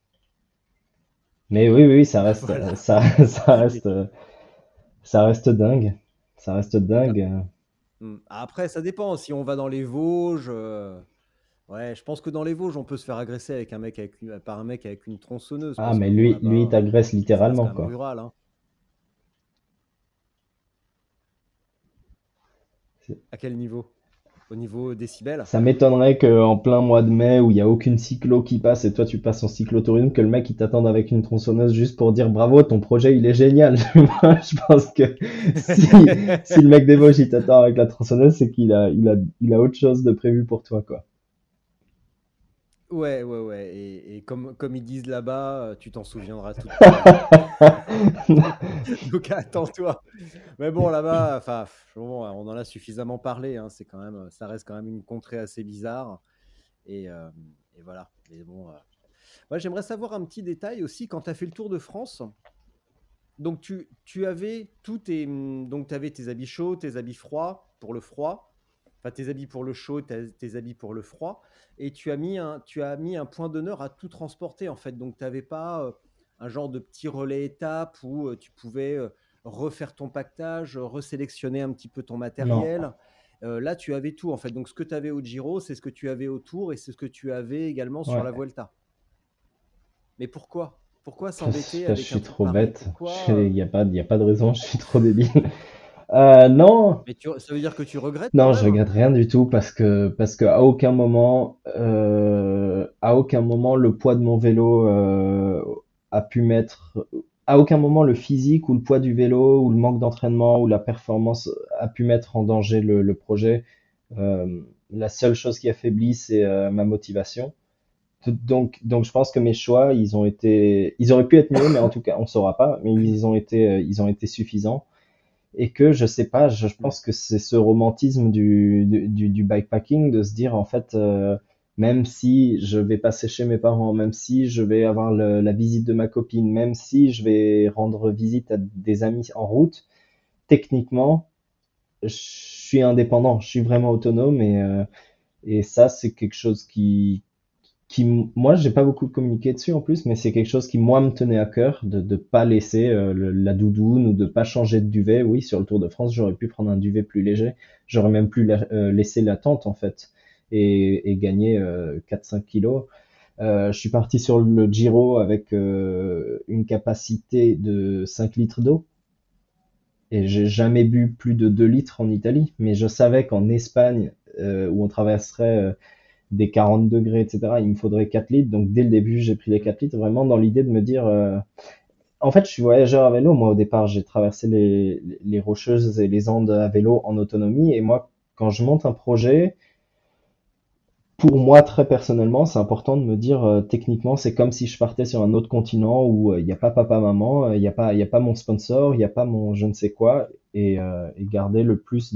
Mais oui, oui, oui, ça reste, Voilà. ça, ça Et reste, ça reste dingue. Ça reste dingue. Après, ça dépend. Si on va dans les Vosges, ouais, je pense que dans les Vosges, on peut se faire agresser par un mec avec une tronçonneuse, Ah, parce que mais bon, lui, il là-bas, t'agresse ça reste littéralement, quand même quoi. rural, hein. C'est- À quel niveau? Au niveau décibels? Ça m'étonnerait qu'en plein mois de mai, où il y a aucune cyclo qui passe et toi tu passes en cyclotourisme, que le mec il t'attende avec une tronçonneuse juste pour dire bravo, ton projet il est génial. Moi, je pense que si, si le mec des Vosges il t'attend avec la tronçonneuse, c'est qu'il a autre chose de prévu pour toi, quoi. Ouais, ouais, ouais. Et comme ils disent là-bas, tu t'en souviendras toute ta vie. Donc attends-toi. Mais bon, là-bas, enfin, bon, on en a suffisamment parlé, hein. C'est quand même, ça reste quand même une contrée assez bizarre. Et, euh, et voilà. Mais bon, moi, j'aimerais savoir un petit détail aussi. Quand tu as fait le Tour de France, donc tu avais donc tu avais tes habits chauds, tes habits froids pour le froid, enfin tes habits pour le chaud, tes habits pour le froid, et tu as mis un point d'honneur à tout transporter en fait. Donc tu n'avais pas un genre de petit relais étape où tu pouvais refaire ton pactage, resélectionner un petit peu ton Non, matériel. Là, tu avais tout en fait. Donc ce que tu avais au Giro, c'est ce que tu avais au Tour et c'est ce que tu avais également sur ouais. la Vuelta. Mais pourquoi? Pourquoi Parce s'embêter que je avec un suis truc trop pareil? bête. Pourquoi Il y a pas de raison, je suis trop débile. Non, Mais ça veut dire que tu regrettes quand non, je même? regrette rien du tout parce que à aucun moment le poids de mon vélo a pu mettre, à aucun moment le physique ou le poids du vélo ou le manque d'entraînement ou la performance a pu mettre en danger le projet. La seule chose qui affaiblit, c'est ma motivation. Donc je pense que mes choix, ils auraient pu être mieux, mais en tout cas, on saura pas, mais ils ont été suffisants et que je sais pas, je Mm. pense que c'est ce romantisme du bikepacking de se dire en fait, même si je vais passer chez mes parents, même si je vais avoir la visite de ma copine, même si je vais rendre visite à des amis en route, techniquement, je suis indépendant, je suis vraiment autonome et ça c'est quelque chose moi, j'ai pas beaucoup communiqué dessus en plus, mais c'est quelque chose qui, moi, me tenait à cœur, de pas laisser la doudoune ou de pas changer de duvet. Oui, sur le Tour de France, j'aurais pu prendre un duvet plus léger. J'aurais même pu laisser la tente, en fait, et gagner 4-5 kilos. Je suis parti sur le Giro avec une capacité de 5 litres d'eau. Et j'ai jamais bu plus de 2 litres en Italie, mais je savais qu'en Espagne, où on traverserait des 40 degrés, etc., il me faudrait 4 litres. Donc dès le début, j'ai pris les 4 litres, vraiment dans l'idée de me dire, en fait, je suis voyageur à vélo. Moi, au départ, j'ai traversé les Rocheuses et les Andes à vélo en autonomie. Et moi, quand je monte un projet, pour moi, très personnellement, c'est important de me dire, techniquement, c'est comme si je partais sur un autre continent où il n'y a pas papa, maman, il y a pas mon sponsor, il n'y a pas mon je ne sais quoi, et garder le plus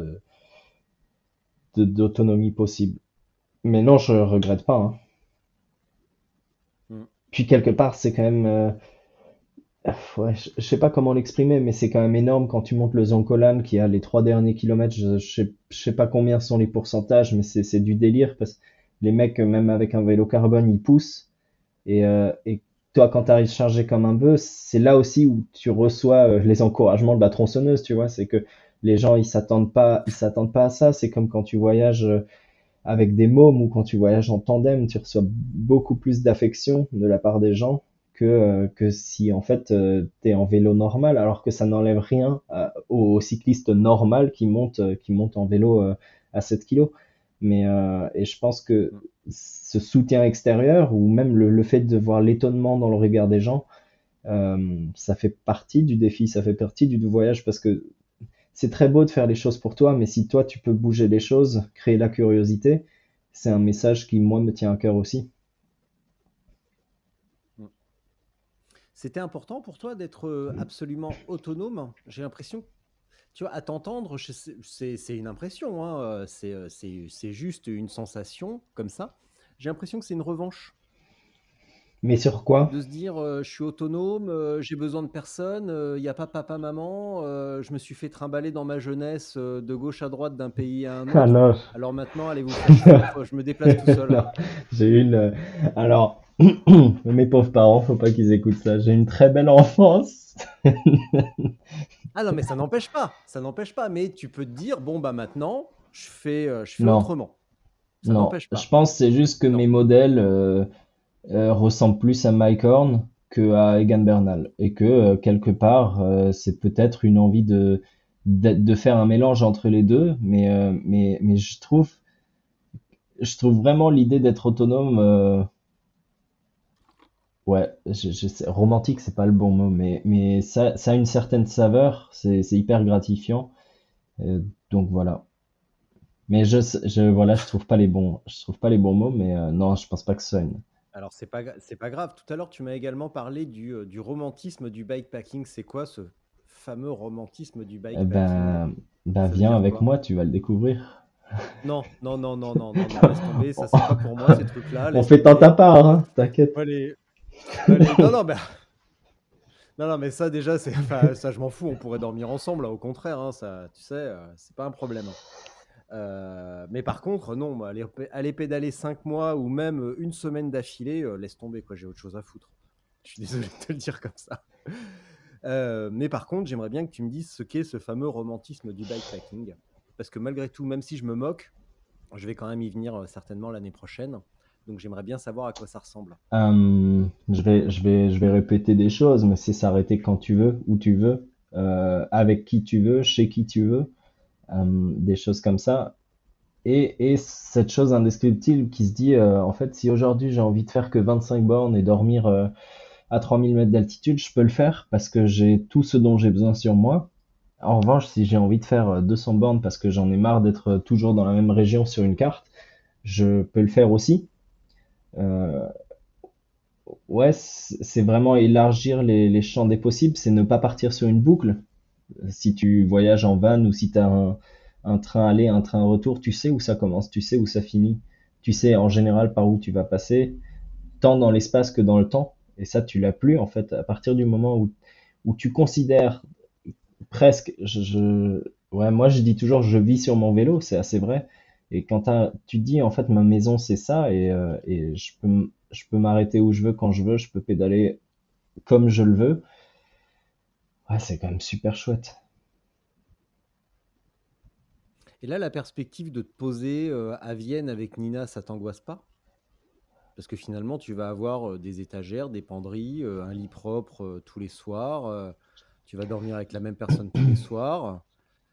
d'autonomie possible. Mais non, je regrette pas, hein. Mm. Puis quelque part, c'est quand même, ouais, je sais pas comment l'exprimer, mais c'est quand même énorme quand tu montes le Zoncolan qui a les 3 derniers kilomètres. Je sais pas combien sont les pourcentages, mais c'est du délire parce que les mecs, même avec un vélo carbone, ils poussent. Et toi, quand tu arrives chargé comme un bœuf, c'est là aussi où tu reçois les encouragements de la tronçonneuse, tu vois. C'est que les gens, ils s'attendent pas à ça. C'est comme quand tu voyages avec des mômes ou quand tu voyages en tandem, tu reçois beaucoup plus d'affection de la part des gens que si en fait tu es en vélo normal, alors que ça n'enlève rien au cycliste normal qui monte en vélo à 7 kilos. Et je pense que Mm. ce soutien extérieur ou même le fait de voir l'étonnement dans le regard des gens, ça fait partie du défi, ça fait partie du voyage parce que c'est très beau de faire les choses pour toi, mais si toi tu peux bouger les choses, créer la curiosité, c'est un message qui moi me tient à cœur aussi. Mm. C'était important pour toi d'être absolument autonome. J'ai l'impression, tu vois, à t'entendre, c'est une impression, hein, c'est juste une sensation comme ça. J'ai l'impression que c'est une revanche Mais sur quoi? de se dire je suis autonome, j'ai besoin de personne, il n'y a pas papa, maman, je me suis fait trimballer dans ma jeunesse de gauche à droite d'un pays à un Ah autre. non, Alors maintenant, allez vous faire foutre, je me déplace tout seul. non, j'ai eu une. Alors, Mais mes pauvres parents, faut pas qu'ils écoutent ça. J'ai une très belle enfance. Ah non, mais ça n'empêche pas, mais tu peux te dire, bon, bah maintenant, je fais Non, autrement. Ça non. n'empêche Je pas. pense que c'est juste que Non. mes modèles ressemblent plus à Mike Horn que à Egan Bernal. Et que quelque part, c'est peut-être une envie de faire un mélange entre les deux. Mais je trouve vraiment l'idée d'être autonome. Ouais, romantique, c'est pas le bon mot, mais ça a une certaine saveur, c'est hyper gratifiant. Donc voilà. Mais voilà, je trouve pas les bons mots, mais non, je pense pas que ce soit une. Alors, c'est pas grave. Tout à l'heure, tu m'as également parlé du romantisme du bikepacking. C'est quoi ce fameux romantisme du Eh bikepacking? ben, Ça veut viens dire avec quoi? moi, tu vas le découvrir. Non, non, non, non, non, non, non, laisse tomber. Ça, c'est pas pour moi, ces trucs-là. On Laisse fait tant ta tomber. part, hein, t'inquiète. Moi, non, non, mais, non, non, mais ça, déjà, enfin, ça, je m'en fous. On pourrait dormir ensemble, là, au contraire. Hein, ça, tu sais, c'est pas un problème. Mais par contre, non, moi, aller pédaler 5 mois ou même une semaine d'affilée, laisse tomber, quoi. J'ai autre chose à foutre. Je suis désolé de te le dire comme ça. Mais par contre, j'aimerais bien que tu me dises ce qu'est ce fameux romantisme du bikepacking. Parce que malgré tout, même si je me moque, je vais quand même y venir certainement l'année prochaine. Donc j'aimerais bien savoir à quoi ça ressemble. Je vais répéter des choses, mais c'est s'arrêter quand tu veux, où tu veux, avec qui tu veux, chez qui tu veux, des choses comme ça. Et cette chose indescriptible qui se dit, en fait, si aujourd'hui j'ai envie de faire que 25 bornes et dormir à 3000 mètres d'altitude, je peux le faire parce que j'ai tout ce dont j'ai besoin sur moi. En revanche, si j'ai envie de faire 200 bornes parce que j'en ai marre d'être toujours dans la même région sur une carte, je peux le faire aussi. Euh, ouais, c'est vraiment élargir les champs des possibles, c'est ne pas partir sur une boucle. Si tu voyages en van ou si tu as un train aller, un train retour, tu sais où ça commence, tu sais où ça finit. Tu sais en général par où tu vas passer, tant dans l'espace que dans le temps. Et ça, tu l'as plus en fait. À partir du moment où tu considères presque, ouais, moi je dis toujours je vis sur mon vélo, c'est assez vrai. Et quand tu te dis en fait ma maison c'est ça et je peux m'arrêter où je veux quand je veux, je peux pédaler comme je le veux. Ouais, c'est quand même super chouette. Et là, la perspective de te poser à Vienne avec Nina, ça t'angoisse pas? Parce que finalement, tu vas avoir des étagères, des penderies, un lit propre tous les soirs. Tu vas dormir avec la même personne tous les soirs.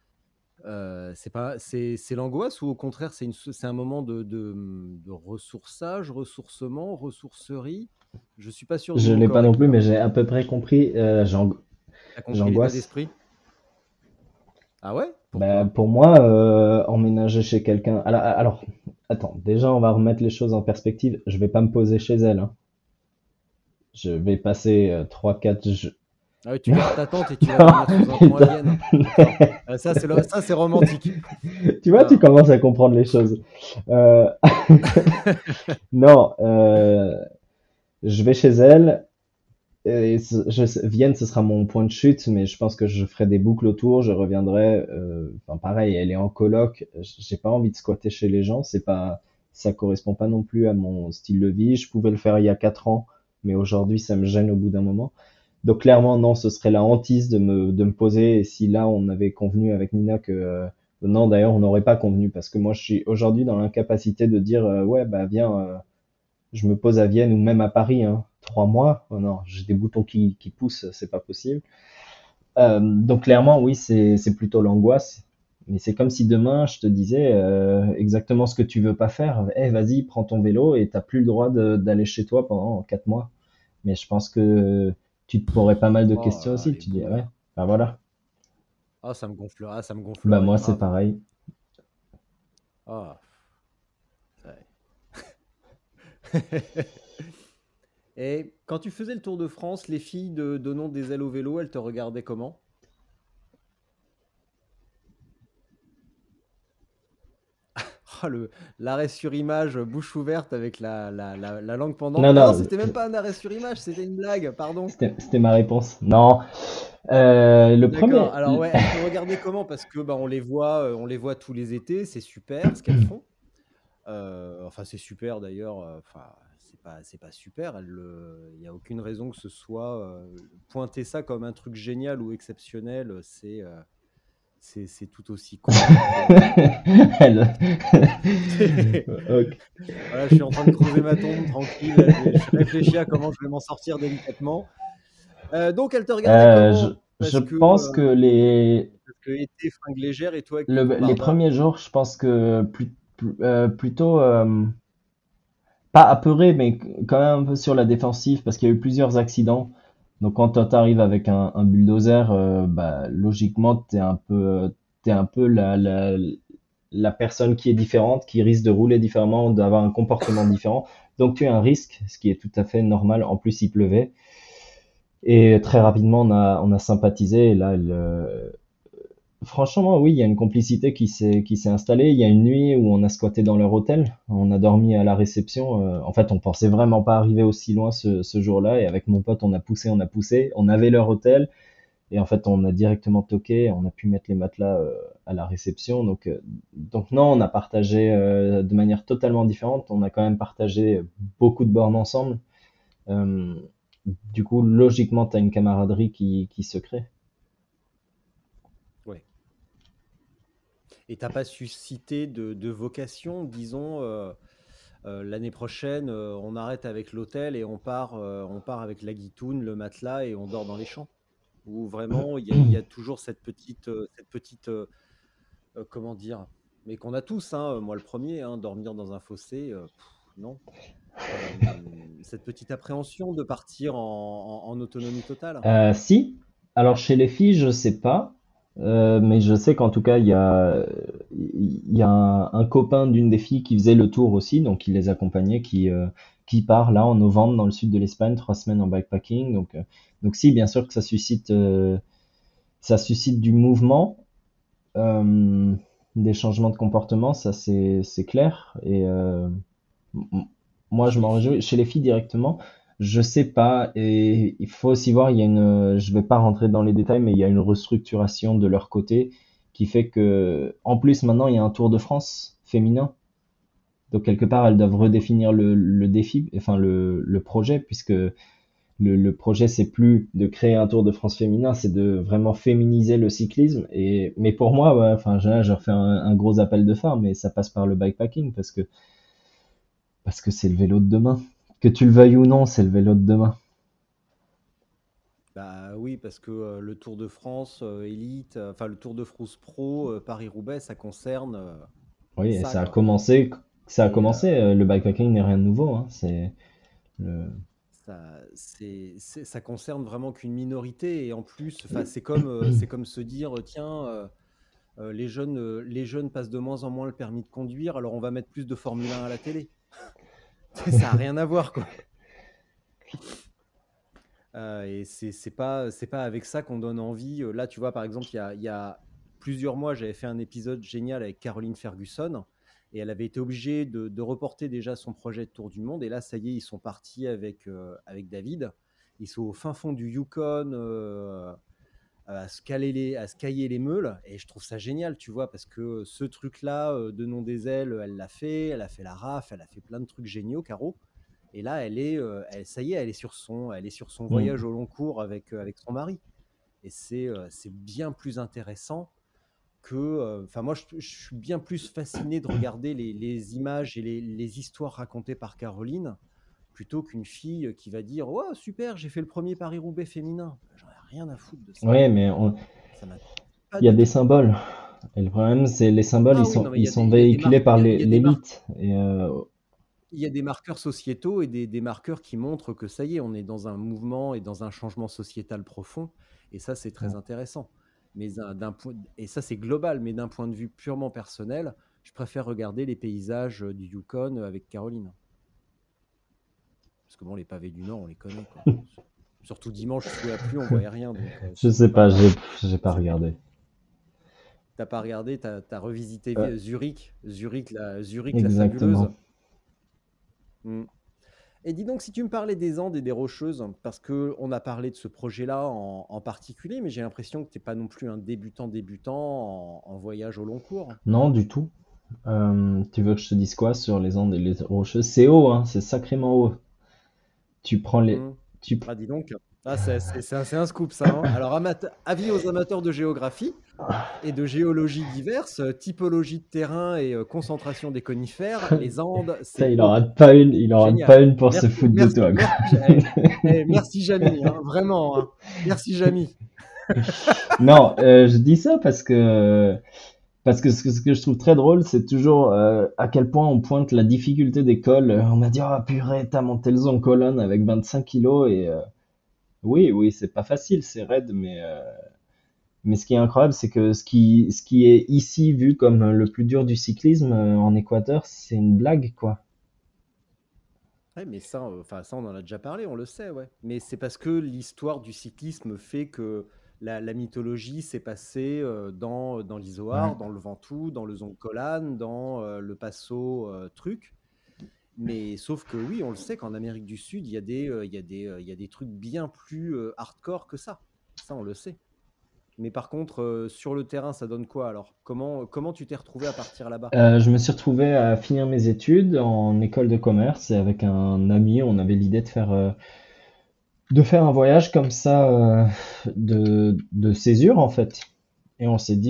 C'est l'angoisse ou au contraire, c'est un moment de ressourçage, ressourcement, ressourcerie? Je suis pas sûr du Je mot l'ai pas non correct plus, là. mais j'ai à peu près compris. T'as compris l'état J'angoisse. d'esprit? Ah ouais? Bah, Pourquoi? pour moi, emménager chez quelqu'un. Alors, attends. Déjà, on va remettre les choses en perspective. Je vais pas me poser chez elle, hein. Je vais passer 3-4 jours. Ah oui, tu gardes ta tente et tu vas dormir sous un pont à Vienne. D'accord. Ça, c'est romantique. Tu vois, tu Ah. commences à comprendre les choses. Euh, non, je vais chez elle. Vienne, ce sera mon point de chute, mais je pense que je ferai des boucles autour. Je reviendrai. Enfin, pareil, elle est en coloc. J'ai pas envie de squatter chez les gens. C'est pas, ça correspond pas non plus à mon style de vie. Je pouvais le faire il y a 4 ans, mais aujourd'hui, ça me gêne au bout d'un moment. Donc clairement, non, ce serait la hantise de me poser. Et si là, on avait convenu avec Nina que non, d'ailleurs, on n'aurait pas convenu parce que moi, je suis aujourd'hui dans l'incapacité de dire ouais, bah viens, je me pose à Vienne ou même à Paris, hein. 3 mois, oh non, j'ai des boutons qui poussent, c'est pas possible. Donc clairement, oui, c'est plutôt l'angoisse. Mais c'est comme si demain, je te disais exactement ce que tu veux pas faire. Eh, vas-y, prends ton vélo et t'as plus le droit d'aller chez toi pendant 4 mois. Mais je pense que tu te poserais pas mal de Oh questions là là, aussi. les Tu dis, ouais, boomers. ben voilà. Ah, ça me Bah gonflerait moi, c'est grave. pareil. Ah, ouais. Et quand tu faisais le Tour de France, les filles de Donnons des ailes au vélo, elles te regardaient comment? Ah, l'arrêt sur image, bouche ouverte avec la langue pendante. Non, Ah non, non, c'était même pas un arrêt sur image, c'était une blague, pardon. c'était ma réponse. Non, le D'accord. premier, Alors ouais, elles te regardaient comment? Parce que bah, on les voit tous les étés, c'est super ce qu'elles font. Enfin, c'est super d'ailleurs. Enfin, c'est pas super. Il n'y a aucune raison que ce soit pointer ça comme un truc génial ou exceptionnel. C'est tout aussi con. Ok. Voilà, je suis en train de creuser ma tombe tranquille. Je réfléchis à comment je vais m'en sortir délicatement. Donc, elle te regardait comment? Je pense que Parce que été fringues légères et toi avec ton les barda. premiers jours, je pense que plutôt pas apeuré, mais quand même un peu sur la défensive parce qu'il y a eu plusieurs accidents. Donc quand toi t'arrives avec un bulldozer, bah logiquement t'es un peu la personne qui est différente, qui risque de rouler différemment, d'avoir un comportement différent. Donc tu as un risque, ce qui est tout à fait normal. En plus il pleuvait et très rapidement on a sympathisé. Et là, franchement, oui, il y a une complicité qui s'est installée. Il y a une nuit où on a squatté dans leur hôtel. On a dormi à la réception. En fait, on pensait vraiment pas arriver aussi loin ce jour-là. Et avec mon pote, on a poussé, on a poussé. On avait leur hôtel. Et en fait, on a directement toqué. On a pu mettre les matelas à la réception. Donc non, on a partagé de manière totalement différente. On a quand même partagé beaucoup de bornes ensemble. Euh, du coup, logiquement, tu as une camaraderie qui se crée. Ouais. Et t'as pas suscité de vocation, disons, l'année prochaine, on arrête avec l'hôtel et on part avec la guitoune, le matelas et on dort dans les champs. Ou vraiment, il y a toujours comment dire, mais qu'on a tous, hein, moi le premier, hein, dormir dans un fossé, non. Cette petite appréhension de partir en autonomie totale. Si, alors chez les filles, je sais pas, mais je sais qu'en tout cas, il y a un copain d'une des filles qui faisait le tour aussi, donc il les accompagnait, qui part là en novembre dans le sud de l'Espagne, 3 semaines en bikepacking. Donc si, bien sûr que ça suscite du mouvement, euh, des changements de comportement, ça c'est clair. Et m- Et moi, je chez les m'en réjouis. filles? Chez les filles directement, je sais pas. Et il faut aussi voir, je vais pas rentrer dans les détails, mais il y a une restructuration de leur côté qui fait que, en plus, maintenant, il y a un Tour de France féminin. Donc, quelque part, elles doivent D'accord. redéfinir le défi, enfin, le projet, puisque le projet, c'est plus de créer un Tour de France féminin, c'est de vraiment féminiser le cyclisme. Mais pour moi, ouais, enfin, je refais un gros appel de phare, mais ça passe par le bikepacking parce que c'est le vélo de demain. Que tu le veuilles ou non, c'est le vélo de demain. Bah oui, parce que le Tour de France Elite, enfin le Tour de France Pro, Paris-Roubaix, ça concerne Oui, et ça, ça a quoi. commencé, ça a Et commencé. Le bikepacking n'est rien de nouveau, hein. C'est le, ça concerne vraiment qu'une minorité. Et en plus, enfin, c'est comme se dire, tiens, les jeunes passent de moins en moins le permis de conduire, alors on va mettre plus de Formule 1 à la télé. Ça a rien à voir, quoi. Et c'est pas avec ça qu'on donne envie. Là, tu vois, par exemple, il y a plusieurs mois, j'avais fait un épisode génial avec Caroline Ferguson et elle avait été obligée de reporter déjà son projet de tour du monde. Et là, ça y est, ils sont partis avec David. Ils sont au fin fond du Yukon à se cailler les meules. Et je trouve ça génial, tu vois, parce que ce truc-là, de nom des ailes, elle l'a fait. Elle a fait la RAF, elle a fait plein de trucs géniaux, Caro. Et là, ça y est, elle est sur son voyage Mm. au long cours avec son mari. Et c'est bien plus intéressant que. Enfin, moi, je suis bien plus fasciné de regarder les images et les histoires racontées par Caroline plutôt qu'une fille qui va dire: oh, super, j'ai fait le premier Paris-Roubaix féminin. J'en ai rien à foutre de ça. Ouais, Ça m'a pas il y a du des tout. symboles. Et le problème, c'est les symboles, Ah oui, non, mais ils sont il y a des véhiculés par il y a des marques. l'élite. Et Il y a des marqueurs sociétaux et des marqueurs qui montrent que ça y est, on est dans un mouvement et dans un changement sociétal profond. Et ça, c'est très intéressant. Et ça, c'est global, mais d'un point de vue purement personnel, je préfère regarder les paysages du Yukon avec Caroline. Parce que bon, les pavés du Nord, on les connaît, quoi. Surtout dimanche, sous la pluie, on voyait rien. Donc, je sais pas, j'ai pas c'était- regardé. t'as pas regardé, t'as revisité Euh, Zurich, la exactement. fabuleuse. Hmm. Et dis donc, si tu me parlais des Andes et des Rocheuses, parce que on a parlé de ce projet-là en particulier, mais j'ai l'impression que tu n'es pas non plus un débutant en voyage au long cours. Non, du tout. Tu veux que je te dise quoi sur les Andes et les Rocheuses? C'est haut, hein, c'est sacrément haut. Tu prends les, Hmm. tu, Ah, dis donc. Ah, c'est un scoop, ça, hein. Alors, avis aux amateurs de géographie et de géologie diverses, typologie de terrain et concentration des conifères, les Andes, Putain, c'est haut. il en rate Génial. pas une pour se Merci, foutre de merci, toi, quoi. merci, merci Jamy, hein, vraiment, hein. Merci Jamy. Non, je dis ça parce que ce que je trouve très drôle, c'est toujours à quel point on pointe la difficulté des cols. On m'a dit, ah purée, t'as monté le zone colonne avec 25 kilos et oui, oui, c'est pas facile, c'est raide, mais ce qui est incroyable, c'est que ce qui est ici vu comme le plus dur du cyclisme en Équateur, c'est une blague, quoi. Ouais, mais ça, enfin, ça, on en a déjà parlé, on le sait, ouais. Mais c'est parce que l'histoire du cyclisme fait que la mythologie s'est passée dans Ouais. l'Izoard, dans le Ventoux, dans le Zoncolan, dans le Passo truc. Mais sauf que oui, on le sait qu'en Amérique du Sud, il y a des trucs bien plus hardcore que ça. Ça, on le sait. Mais par contre, sur le terrain, ça donne quoi alors? Comment tu t'es retrouvé à partir là-bas? Je me suis retrouvé à finir mes études en école de commerce et avec un ami, on avait l'idée de faire un voyage comme ça de césure en fait. Et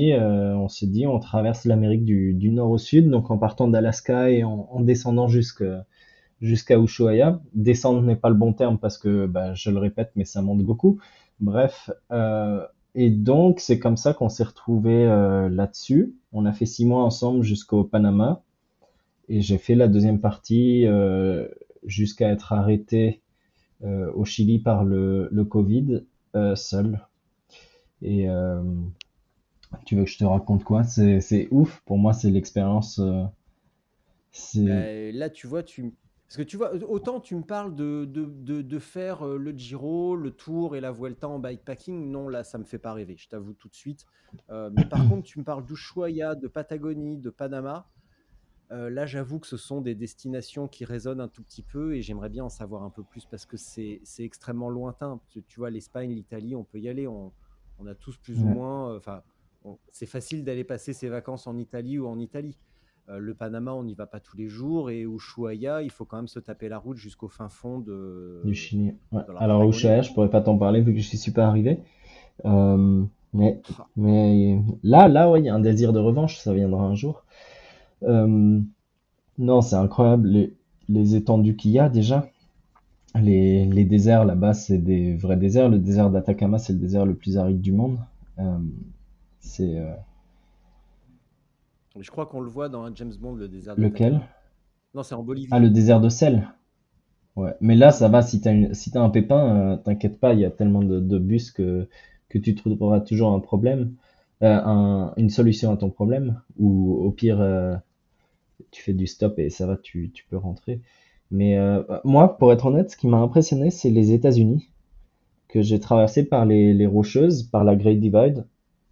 on traverse l'Amérique du nord au sud, donc en partant d'Alaska et en descendant jusqu'à Ushuaia. Descendre n'est pas le bon terme parce que, bah, je le répète, mais ça monte beaucoup. Bref, et donc c'est comme ça qu'on s'est retrouvé là-dessus. On a fait 6 mois ensemble jusqu'au Panama et j'ai fait la deuxième partie jusqu'à être arrêté au Chili par le Covid seul. Et tu veux que je te raconte quoi? C'est ouf. Pour moi, c'est l'expérience. C'est Là, tu vois, parce que tu vois, autant tu me parles de faire le Giro, le Tour et la Vuelta en bikepacking, non, là, ça me fait pas rêver, je t'avoue tout de suite. Mais par contre, tu me parles d'Ushuaia, de Patagonie, de Panama. Là, j'avoue que ce sont des destinations qui résonnent un tout petit peu et j'aimerais bien en savoir un peu plus parce que c'est extrêmement lointain. Tu vois, l'Espagne, l'Italie, on peut y aller. On a tous plus ou ouais. moins. Enfin, c'est facile d'aller passer ses vacances en Italie ou en Italie. Le Panama, on n'y va pas tous les jours et Ushuaia, il faut quand même se taper la route jusqu'au fin fond Du Chili. Ouais. de la Alors Patagonie, Ushuaia, je quoi. pourrais pas t'en parler vu que je suis pas arrivé. Euh, mais mais là, ouais, il y a un désir de revanche. Ça viendra un jour. Euh, non, c'est incroyable les étendues qu'il y a déjà. Les déserts là-bas, c'est des vrais déserts. Le désert d'Atacama, c'est le désert le plus aride du monde. Euh, c'est Je crois qu'on le voit dans un James Bond, le désert lequel? d'Atacama. Non, c'est en Ah, Bolivie. le désert de sel. Ouais. Mais là, ça va. Si t'as un pépin, t'inquiète pas. Il y a tellement de bus que tu trouveras toujours un problème, une solution à ton problème. Ou au pire, tu fais du stop et ça va. Tu peux rentrer. Mais moi, pour être honnête, ce qui m'a impressionné, c'est les États-Unis que j'ai traversé par les Rocheuses, par la Great Divide.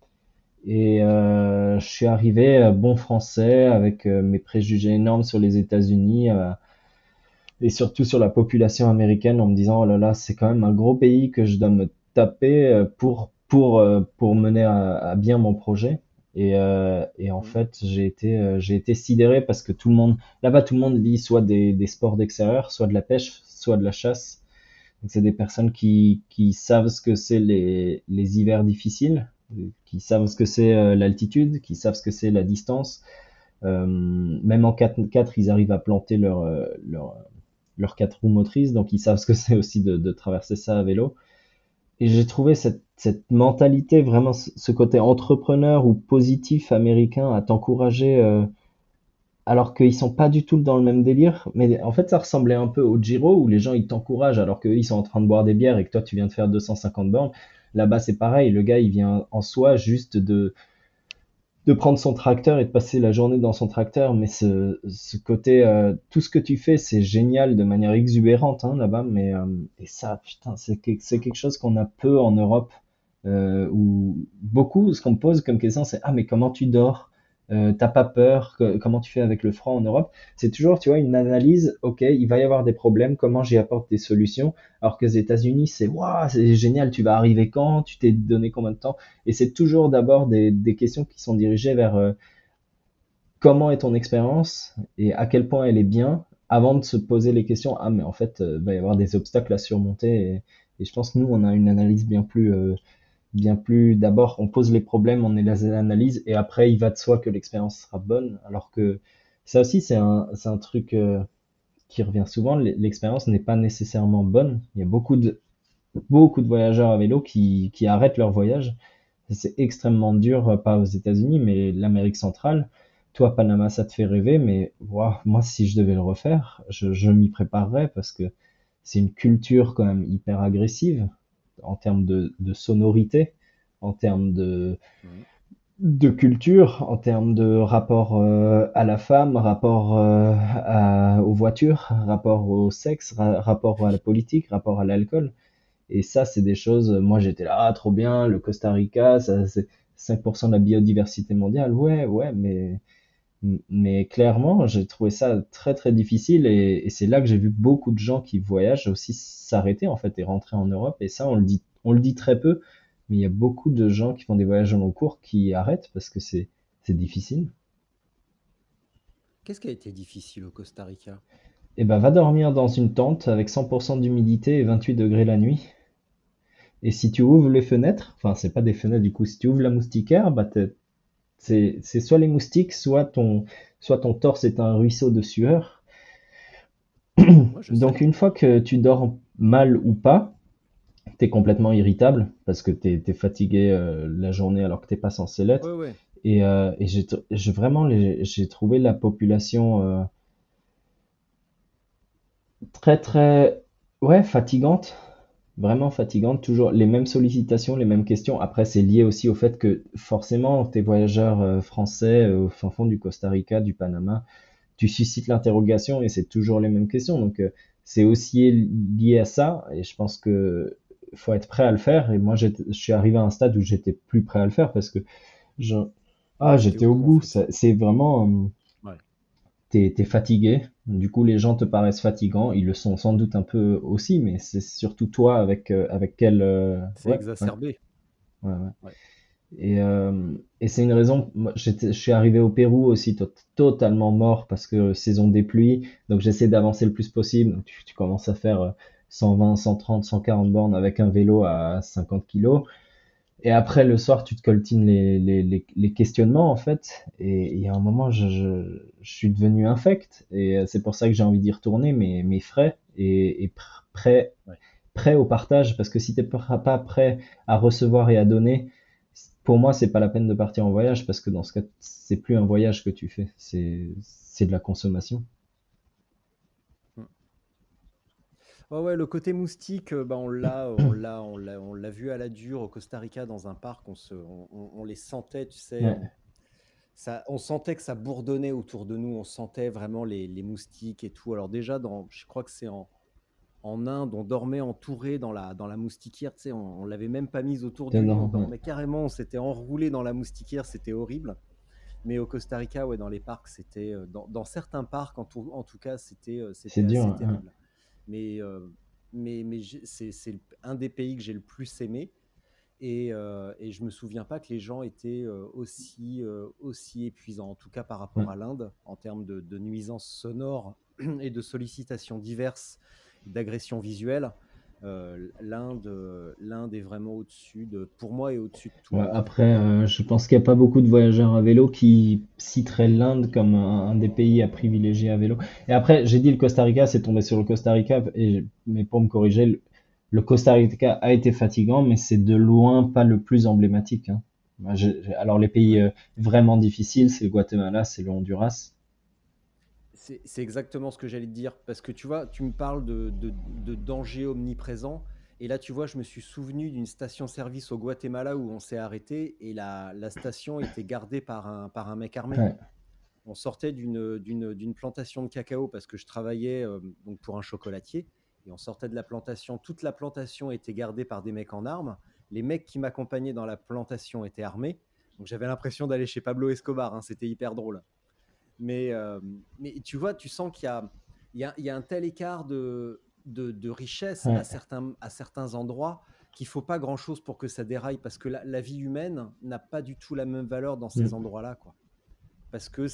Et je suis arrivé bon français avec mes préjugés énormes sur les États-Unis et surtout sur la population américaine en me disant oh là là c'est quand même un gros pays que je dois me taper pour mener à bien mon projet. Et en Mhm. fait j'ai été sidéré parce que tout le monde là-bas tout le monde vit soit des sports d'extérieur, soit de la pêche, soit de la chasse. Donc c'est des personnes qui savent ce que c'est les hivers difficiles, qui savent ce que c'est l'altitude, qui savent ce que c'est la distance. Même en 4x4, ils arrivent à planter leurs 4 roues motrices, donc ils savent ce que c'est aussi de traverser ça à vélo. Et j'ai trouvé cette mentalité, vraiment ce côté entrepreneur ou positif américain à t'encourager alors qu'ils sont pas du tout dans le même délire. Mais en fait, ça ressemblait un peu au Giro où les gens ils t'encouragent alors qu'eux ils sont en train de boire des bières et que toi tu viens de faire 250 bornes. Là-bas, c'est pareil. Le gars, il vient en soi juste de prendre son tracteur et de passer la journée dans son tracteur. Mais ce côté, tout ce que tu fais, c'est génial de manière exubérante hein, là-bas. Et ça, putain, c'est quelque chose qu'on a peu en Europe. Où beaucoup, ce qu'on me pose comme question, c'est ah mais comment tu dors? T'as pas peur? Comment tu fais avec le froid en Europe? C'est toujours, tu vois, une analyse. Ok, il va y avoir des problèmes. Comment j'y apporte des solutions? Alors que les États-Unis, c'est waouh, c'est génial. Tu vas arriver quand? Tu t'es donné combien de temps? Et c'est toujours d'abord des questions qui sont dirigées vers comment est ton expérience et à quel point elle est bien avant de se poser les questions. Ah, mais en fait, il va y avoir des obstacles à surmonter. Et je pense que nous, on a une analyse bien plus. D'abord, on pose les problèmes, on les analyse, et après, il va de soi que l'expérience sera bonne. Alors que ça aussi, c'est un truc qui revient souvent. L'expérience n'est pas nécessairement bonne. Il y a beaucoup de voyageurs à vélo qui arrêtent leur voyage. C'est extrêmement dur, pas aux États-Unis, mais l'Amérique centrale. Toi, Panama, ça te fait rêver, mais ouah, moi, si je devais le refaire, je m'y préparerais parce que c'est une culture quand même hyper agressive en termes de sonorité, en termes Mhm. de culture, en termes de rapport à la femme, rapport aux voitures, rapport au sexe, rapport à la politique, rapport à l'alcool. Et ça, c'est des choses, moi j'étais là, ah, trop bien, le Costa Rica, ça, c'est 5% de la biodiversité mondiale. Ouais, ouais, mais clairement, j'ai trouvé ça très très difficile et c'est là que j'ai vu beaucoup de gens qui voyagent aussi s'arrêter en fait et rentrer en Europe. Et ça, on le dit très peu, mais il y a beaucoup de gens qui font des voyages au long cours qui arrêtent parce que c'est difficile. Qu'est-ce qui a été difficile au Costa Rica? Et ben, va dormir dans une tente avec 100% d'humidité et 28 degrés la nuit. Et si tu ouvres les fenêtres, enfin, c'est pas des fenêtres du coup, si tu ouvres la moustiquaire, bah, c'est soit les moustiques, soit ton torse est un ruisseau de sueur. Moi, je Donc, savais une pas. fois que tu dors mal ou pas, t'es complètement irritable parce que t'es fatigué la journée alors que t'es pas censé Ouais, l'être. ouais. Et vraiment, j'ai trouvé la population très, très, ouais, fatigante. Vraiment fatigante, toujours les mêmes sollicitations, les mêmes questions. Après, c'est lié aussi au fait que forcément, tes voyageurs français au fin fond du Costa Rica, du Panama, tu suscites l'interrogation et c'est toujours les mêmes questions. Donc, c'est aussi lié à ça et je pense que faut être prêt à le faire. Et moi, je suis arrivé à un stade où j'étais plus prêt à le faire parce que je, Ouais, t'étais j'étais au au bout en bout. fait. C'est vraiment, Ouais. t'es fatigué. Du coup, les gens te paraissent fatigants. Ils le sont sans doute un peu aussi, mais c'est surtout toi avec quel, C'est ouais, ouais, exacerbé. ouais, ouais. Ouais. Et c'est une raison. Moi, je suis arrivé au Pérou aussi totalement mort parce que saison des pluies. Donc j'essaie d'avancer le plus possible. Donc, tu commences à faire 120, 130, 140 bornes avec un vélo à 50 kilos. Et après, le soir, tu te coltines les questionnements, en fait. Et il y a un moment, je suis devenu infect. Et c'est pour ça que j'ai envie d'y retourner, mais frais et prêt, Ouais. prêt au partage. Parce que si t'es pas prêt à recevoir et à donner, pour moi, c'est pas la peine de partir en voyage. Parce que dans ce cas, c'est plus un voyage que tu fais. C'est de la consommation. Mm. Ouais, ouais, le côté moustique, bah, on l'a vu à la dure au Costa Rica dans un parc. On les sentait, tu sais. Ouais. On sentait que ça bourdonnait autour de nous. On sentait vraiment les moustiques et tout. Alors déjà, je crois que c'est en Inde, on dormait entouré dans la moustiquaire. Tu sais, on l'avait même pas mise autour du lit. On Dedans, ouais. dormait carrément. On s'était enroulé dans la moustiquaire. C'était horrible. Mais au Costa Rica, ouais, dans les parcs, dans certains parcs, en tout cas, C'est c'était dur, assez hein. terrible. Mais, c'est un des pays que j'ai le plus aimé. Et je me souviens pas que les gens étaient aussi épuisants, en tout cas par Ouais. rapport à l'Inde, en termes de nuisances sonores et de sollicitations diverses, d'agressions visuelles. L'Inde est vraiment pour moi, est au-dessus de tout, Ouais, en fait. après, je pense qu'il n'y a pas beaucoup de voyageurs à vélo qui citeraient l'Inde comme un des pays à privilégier à vélo. Et après, j'ai dit le Costa Rica, c'est tombé sur le Costa Rica, mais pour me corriger, le Costa Rica a été fatigant, mais c'est de loin pas le plus emblématique, hein. Moi, alors les pays Ouais. vraiment difficiles, c'est le Guatemala, c'est le Honduras. C'est exactement ce que j'allais te dire, parce que tu vois, tu me parles de danger omniprésent, et là, tu vois, je me suis souvenu d'une station-service au Guatemala où on s'est arrêté, et la station était gardée par un mec armé. Ouais, On sortait d'une plantation de cacao parce que je travaillais donc pour un chocolatier, et on sortait de la plantation. Toute la plantation était gardée par des mecs en armes. Les mecs qui m'accompagnaient dans la plantation étaient armés, donc j'avais l'impression d'aller chez Pablo Escobar, hein, c'était hyper drôle. Mais, euh, mais tu vois, tu sens qu'il y a un tel écart de richesse à ouais, certains endroits qu'il faut pas grand-chose pour que ça déraille, parce que la vie humaine n'a pas du tout la même valeur dans ces mm, endroits-là, quoi. parce que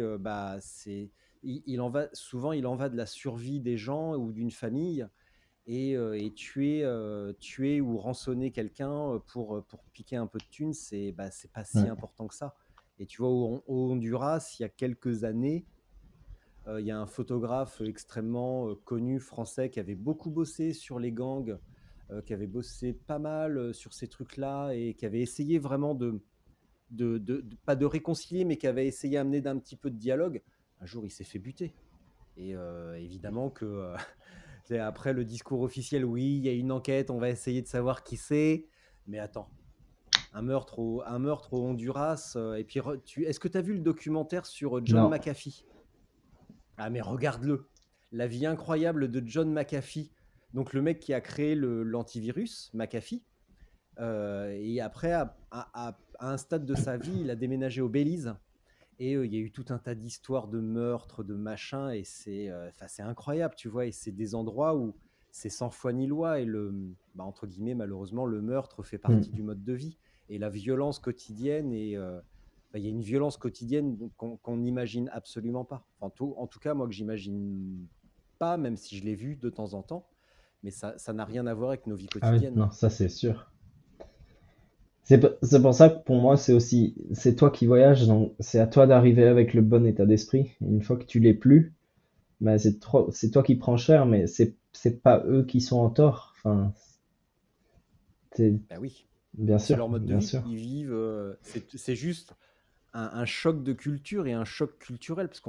il en va de la survie des gens ou d'une famille. Et tuer ou rançonner quelqu'un pour piquer un peu de thunes, c'est pas si Ouais. important que ça. Et tu vois, au Honduras, il y a quelques années, il y a un photographe extrêmement connu français qui avait beaucoup bossé sur les gangs, qui avait bossé pas mal sur ces trucs-là et qui avait essayé vraiment pas de réconcilier, mais qui avait essayé d'amener d'un petit peu de dialogue. Un jour, il s'est fait buter. Et évidemment que après le discours officiel, oui, il y a une enquête, on va essayer de savoir qui c'est. Mais attends, un meurtre au Honduras. Et puis, est-ce que tu as vu le documentaire sur John Non. McAfee? Ah, mais regarde-le. La vie incroyable de John McAfee. Donc, le mec qui a créé l'antivirus, McAfee. Et après, à un stade de sa vie, il a déménagé au Belize. Et il y a eu tout un tas d'histoires de meurtres, de machins, et c'est incroyable, tu vois. Et c'est des endroits où c'est sans foi ni loi, et entre guillemets, malheureusement, le meurtre fait partie Mm. du mode de vie. Et la violence quotidienne, il y a une violence quotidienne qu'on n'imagine absolument pas. Enfin, en tout cas, moi que j'imagine pas, même si je l'ai vu de temps en temps, mais ça n'a rien à voir avec nos vies Ah oui, quotidiennes. non, ça c'est sûr. C'est pour ça que pour moi, c'est toi qui voyages, donc c'est à toi d'arriver avec le bon état d'esprit. Une fois que tu l'es plus, bah c'est toi qui prends cher, mais c'est pas eux qui sont en tort. Enfin, c'est, Ben oui, bien c'est sûr, leur mode de bien vie. sûr. Ils vivent. C'est juste un choc de culture et un choc culturel parce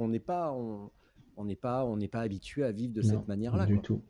on n'est pas habitué à vivre de Non, cette manière-là, du quoi. tout.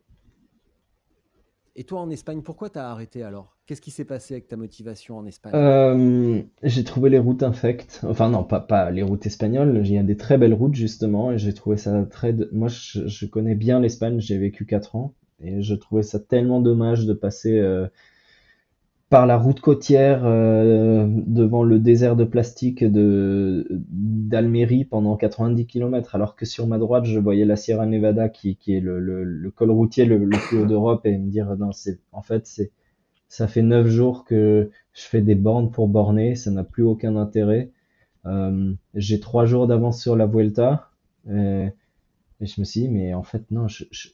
Et toi, en Espagne, pourquoi t'as arrêté alors? Qu'est-ce qui s'est passé avec ta motivation en Espagne? J'ai trouvé les routes infectes. Enfin non, pas les routes espagnoles. Il y a des très belles routes justement, et j'ai trouvé ça Moi, je connais bien l'Espagne. J'ai vécu 4 ans, et je trouvais ça tellement dommage de passer par la route côtière devant le désert de plastique de d'Almérie pendant 90 km, alors que sur ma droite, je voyais la Sierra Nevada qui est le col routier le plus haut d'Europe, et me dire non, ça fait 9 jours que je fais des bornes pour borner, ça n'a plus aucun intérêt. J'ai 3 Ouais, jours d'avance sur la Vuelta, et je me suis dit, mais en fait, non,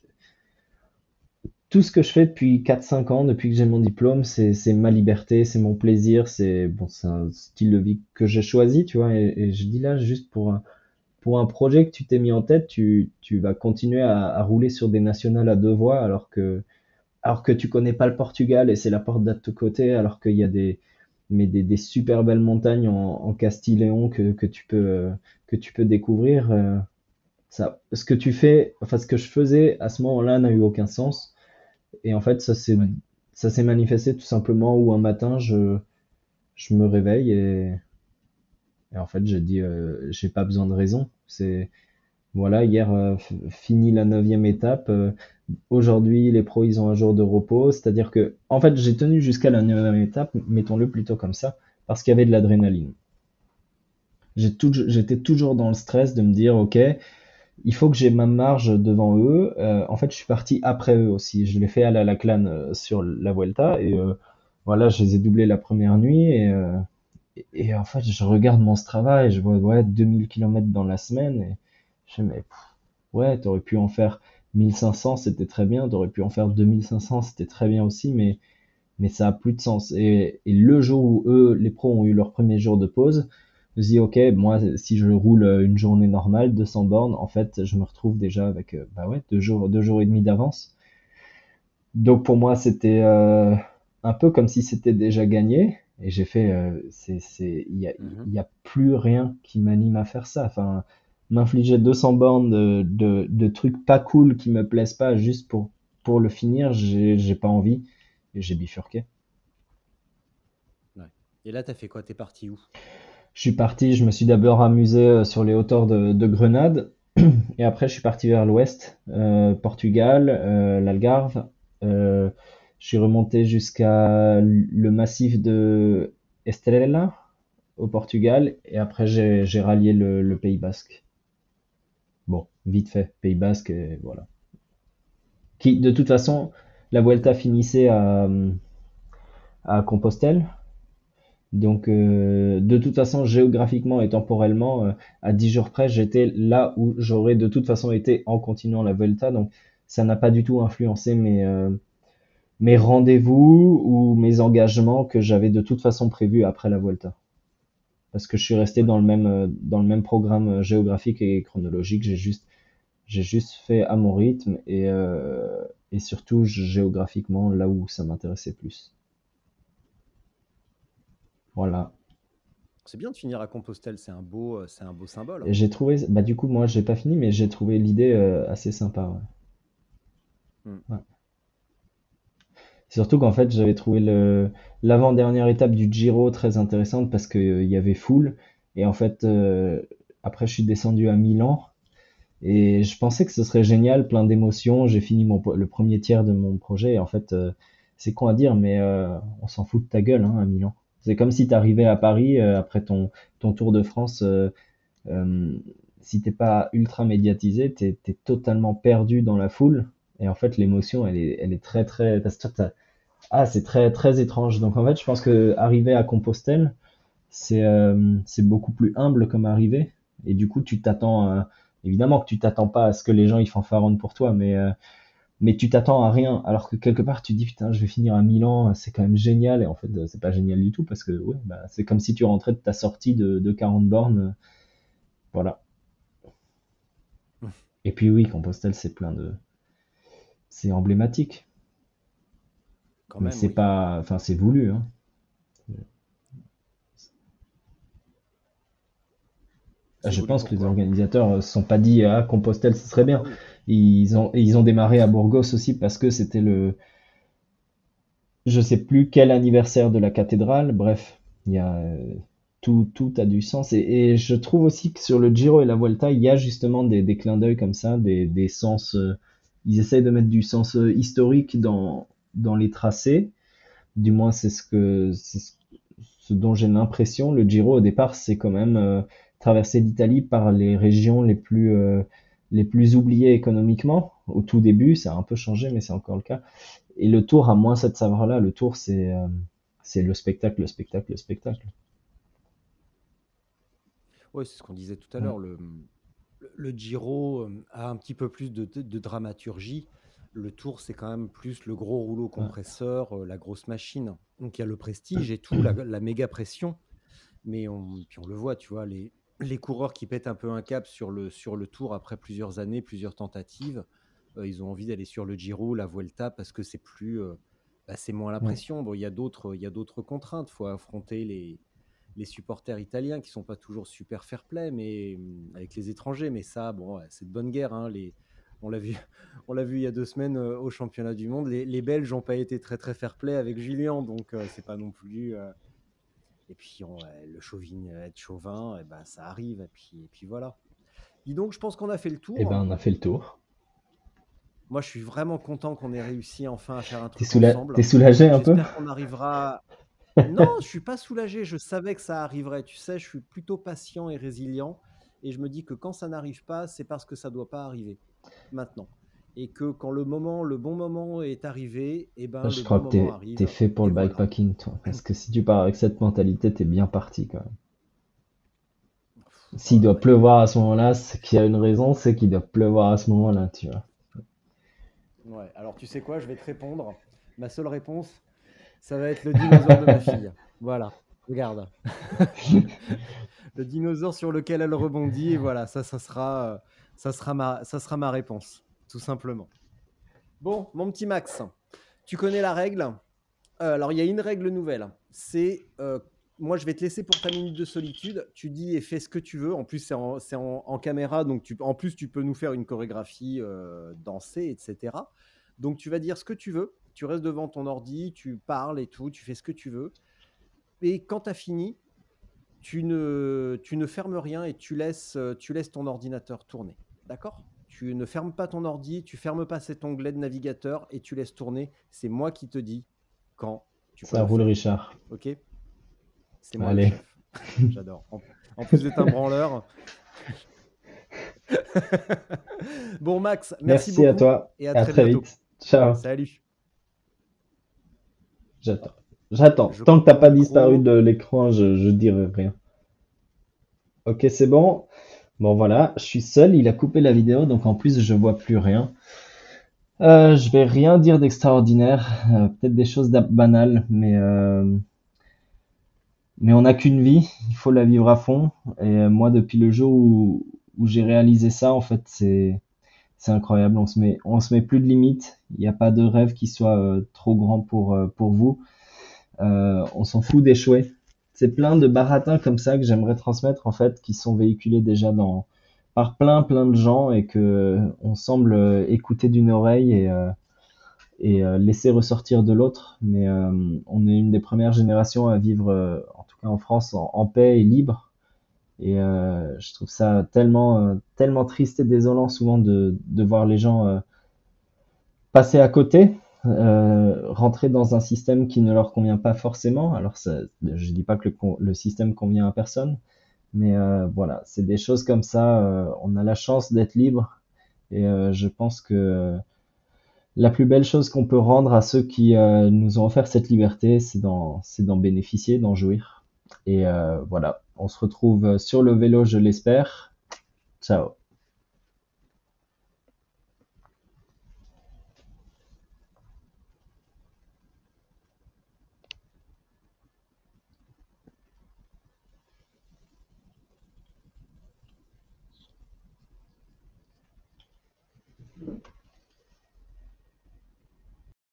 tout ce que je fais depuis 4 5 ans, depuis que j'ai mon diplôme, c'est ma liberté, c'est mon plaisir, c'est un style de vie que j'ai choisi, tu vois, et je dis là, juste pour un projet que tu t'es mis en tête, tu vas continuer à rouler sur des nationales à 2 voies, alors que tu connais pas le Portugal et c'est la porte d'à tout côté, alors qu'il y a des super belles montagnes en Castille-Léon que tu peux découvrir. Ce que tu fais, enfin ce que je faisais à ce moment-là n'a eu aucun sens. Et en fait, ouais. ça s'est manifesté tout simplement où un matin je me réveille, et en fait j'ai dit j'ai pas besoin de raison. Voilà, hier fini la 9e étape. Aujourd'hui, les pros, ils ont un jour de repos. C'est-à-dire que, en fait, j'ai tenu jusqu'à la 9e étape, mettons-le plutôt comme ça, parce qu'il y avait de l'adrénaline. J'étais toujours dans le stress de me dire, OK, il faut que j'ai ma marge devant eux. En fait, je suis parti après eux aussi. Je l'ai fait à la CLAN sur la Vuelta, et voilà, je les ai doublés la première nuit, et en fait, je regarde mon Strava et je vois, ouais, 2000 km dans la semaine, et je me dis, mais ouais, t'aurais pu en faire 1500, c'était très bien. T'aurais pu en faire 2500, c'était très bien aussi, mais ça a plus de sens. Et le jour où eux, les pros, ont eu leur premier jour de pause, je me dis, ok, moi, si je roule une journée normale, 200 bornes, en fait, je me retrouve déjà avec, bah ouais, 2 jours et demi d'avance. Donc pour moi, c'était un peu comme si c'était déjà gagné. Et j'ai fait, Mhm. il y a plus rien qui m'anime à faire ça. Enfin, m'infliger 200 bornes de trucs pas cool qui me plaisent pas juste pour le finir, j'ai pas envie. Et j'ai bifurqué. Ouais. Et là, t'as fait quoi? T'es parti où? Je suis parti, je me suis d'abord amusé sur les hauteurs de Grenade. Et après, je suis parti vers l'ouest, Portugal, l'Algarve. Euh, je suis remonté jusqu'à le massif de Estrela, au Portugal. Et après, j'ai rallié le Pays Basque. Bon, vite fait, Pays Basque, et voilà. De toute façon, la Ouais. Vuelta finissait à Compostelle. Donc, de toute façon, géographiquement et temporellement, à 10 jours près, j'étais là où j'aurais de toute façon été en continuant la Vuelta. Donc, ça n'a pas du tout influencé mes rendez-vous ou mes engagements que j'avais de toute façon prévus après la Vuelta. Parce que je suis resté Ouais. dans le même programme géographique et chronologique. J'ai juste fait à mon rythme et surtout géographiquement là où ça m'intéressait plus. Voilà. C'est bien de finir à Compostelle, c'est un beau symbole. Et j'ai trouvé, bah du coup moi j'ai pas fini, mais j'ai trouvé l'idée assez sympa. Ouais. Hmm. Ouais. Surtout qu'en fait j'avais trouvé l'avant-dernière étape du Giro très intéressante parce que il y avait foule et en fait après je suis descendu à Milan et je pensais que ce serait génial, plein d'émotions. J'ai fini le premier tiers de mon projet et en fait c'est con à dire mais on s'en fout de ta gueule hein, à Milan. C'est comme si tu arrivais à Paris après ton Tour de France. Euh, Si t'es pas ultra médiatisé, t'es totalement perdu dans la foule. Et en fait, l'émotion, elle est très, très, parce que c'est très, très étrange. Donc en fait, je pense que arriver à Compostelle, c'est beaucoup plus humble comme arrivée. Et du coup, évidemment que tu t'attends pas à ce que les gens ils fanfaronnent pour toi, mais tu t'attends à rien. Alors que quelque part, tu te dis, putain, je vais finir à Milan, c'est quand même génial. Et en fait, c'est pas génial du tout parce que, ouais, bah, c'est comme si tu rentrais de ta sortie de 40 bornes. Voilà. Et puis oui, Compostelle, c'est emblématique, Quand mais même, c'est oui. pas, enfin c'est voulu, hein. C'est Je voulu pense que les pourquoi? organisateurs se sont pas dit ah Compostelle ce serait Ah bien. oui. Ils ont démarré à Burgos aussi parce que c'était je sais plus quel anniversaire de la cathédrale. Bref, il y a tout a du sens et je trouve aussi que sur le Giro et la Vuelta, il y a justement des clins d'œil comme ça, des sens. Ils essayent de mettre du sens historique dans les tracés. Du moins, ce dont j'ai l'impression. Le Giro, au départ, c'est quand même traverser l'Italie par les régions les plus oubliées économiquement. Au tout début, ça a un peu changé, mais c'est encore le cas. Et le Tour a moins cette saveur-là. Le Tour, c'est le spectacle, le spectacle, le spectacle. Ouais, c'est ce qu'on disait tout à Ouais. l'heure. Le Giro a un petit peu plus de dramaturgie. Le Tour, c'est quand même plus le gros rouleau Ouais. compresseur, la grosse machine. Donc il y a le prestige et tout, la méga pression. Mais puis on le voit, tu vois, les coureurs qui pètent un peu un cap sur le Tour après plusieurs années, plusieurs tentatives, ils ont envie d'aller sur le Giro, la Vuelta, parce que c'est plus, c'est moins la Ouais. pression. Bon, il y a d'autres contraintes. Il faut affronter les supporters italiens qui sont pas toujours super fair-play, mais avec les étrangers. Mais ça, bon, ouais, c'est de bonne guerre. Hein, on l'a vu, on l'a vu il y a 2 semaines au championnat du monde. Les Belges n'ont pas été très très fair-play avec Julien, donc c'est pas non plus. Et puis le chauvin, être chauvin, et ben ça arrive. Et puis voilà. Dis donc, je pense qu'on a fait le Eh ben, tour. on a fait le tour. Moi, je suis vraiment content qu'on ait réussi enfin à faire un T'es truc soula- ensemble. t'es soulagé un peu? J'espère qu'on arrivera. Non, je suis pas soulagé. Je savais que ça arriverait. Tu sais, je suis plutôt patient et résilient. Et je me dis que quand ça n'arrive pas, c'est parce que ça doit pas arriver maintenant. Et que quand le bon moment est arrivé, eh ben Je le bon crois que moment t'es arrive. fait pour Et le voilà. bikepacking, toi. Parce que si tu pars avec cette mentalité, t'es bien parti quand même. S'il Ouais, doit ouais. pleuvoir à ce moment-là, c'est qu'il y a une raison, c'est qu'il doit pleuvoir à ce moment-là, tu vois. Ouais. Alors, tu sais quoi? Je vais te répondre. Ma seule réponse, ça va être le dinosaure de ma fille. Voilà. Regarde. Le dinosaure sur lequel elle rebondit. Et voilà. Ça sera ma réponse. Tout simplement. Bon, mon petit Max, tu connais la règle. Alors, il y a une règle nouvelle. C'est moi, je vais te laisser pour ta minute de solitude. Tu dis et fais ce que tu veux. En plus, c'est en caméra, donc en plus, tu peux nous faire une chorégraphie, danser, etc. Donc, tu vas dire ce que tu veux. Tu restes devant ton ordi, tu parles et tout, tu fais ce que tu veux. Et quand tu as fini, tu ne fermes rien et tu laisses ton ordinateur tourner. D'accord? Tu ne fermes pas ton ordi, tu fermes pas cet onglet de navigateur et tu laisses tourner. C'est moi qui te dis quand tu peux Ça le roule, faire. Richard. Ok? C'est moi le Allez, chef. J'adore. En plus d'être un branleur. Bon, Max, merci merci à beaucoup toi et à et à très très bientôt. vite. Ciao. Salut. J'attends. J'attends. Je Tant que crois t'as pas qu'en disparu gros, de l'écran, je dirai rien. Ok, c'est bon. Bon, voilà, je suis seul. Il a coupé la vidéo, donc en plus, je vois plus rien. Je vais rien dire d'extraordinaire. Peut-être des choses banales, mais on n'a qu'une vie. Il faut la vivre à fond. Et moi, depuis le jour où j'ai réalisé ça, en fait, c'est incroyable. On se met plus de limites. Il n'y a pas de rêve qui soit trop grand pour vous. On s'en fout d'échouer. C'est plein de baratins comme ça que j'aimerais transmettre en fait, qui sont véhiculés déjà par plein de gens et que on semble écouter d'une oreille et laisser ressortir de l'autre. Mais on est une des premières générations à vivre, en tout cas en France, en paix et libre. Et je trouve ça tellement triste et désolant souvent de voir les gens passer à côté, rentrer dans un système qui ne leur convient pas forcément. Alors, ça, je dis pas que le système convient à personne, mais voilà, c'est des choses comme ça. On a la chance d'être libre, et je pense que la plus belle chose qu'on peut rendre à ceux qui nous ont offert cette liberté, c'est d'en bénéficier, d'en jouir. Et voilà, on se retrouve sur le vélo, je l'espère. Ciao.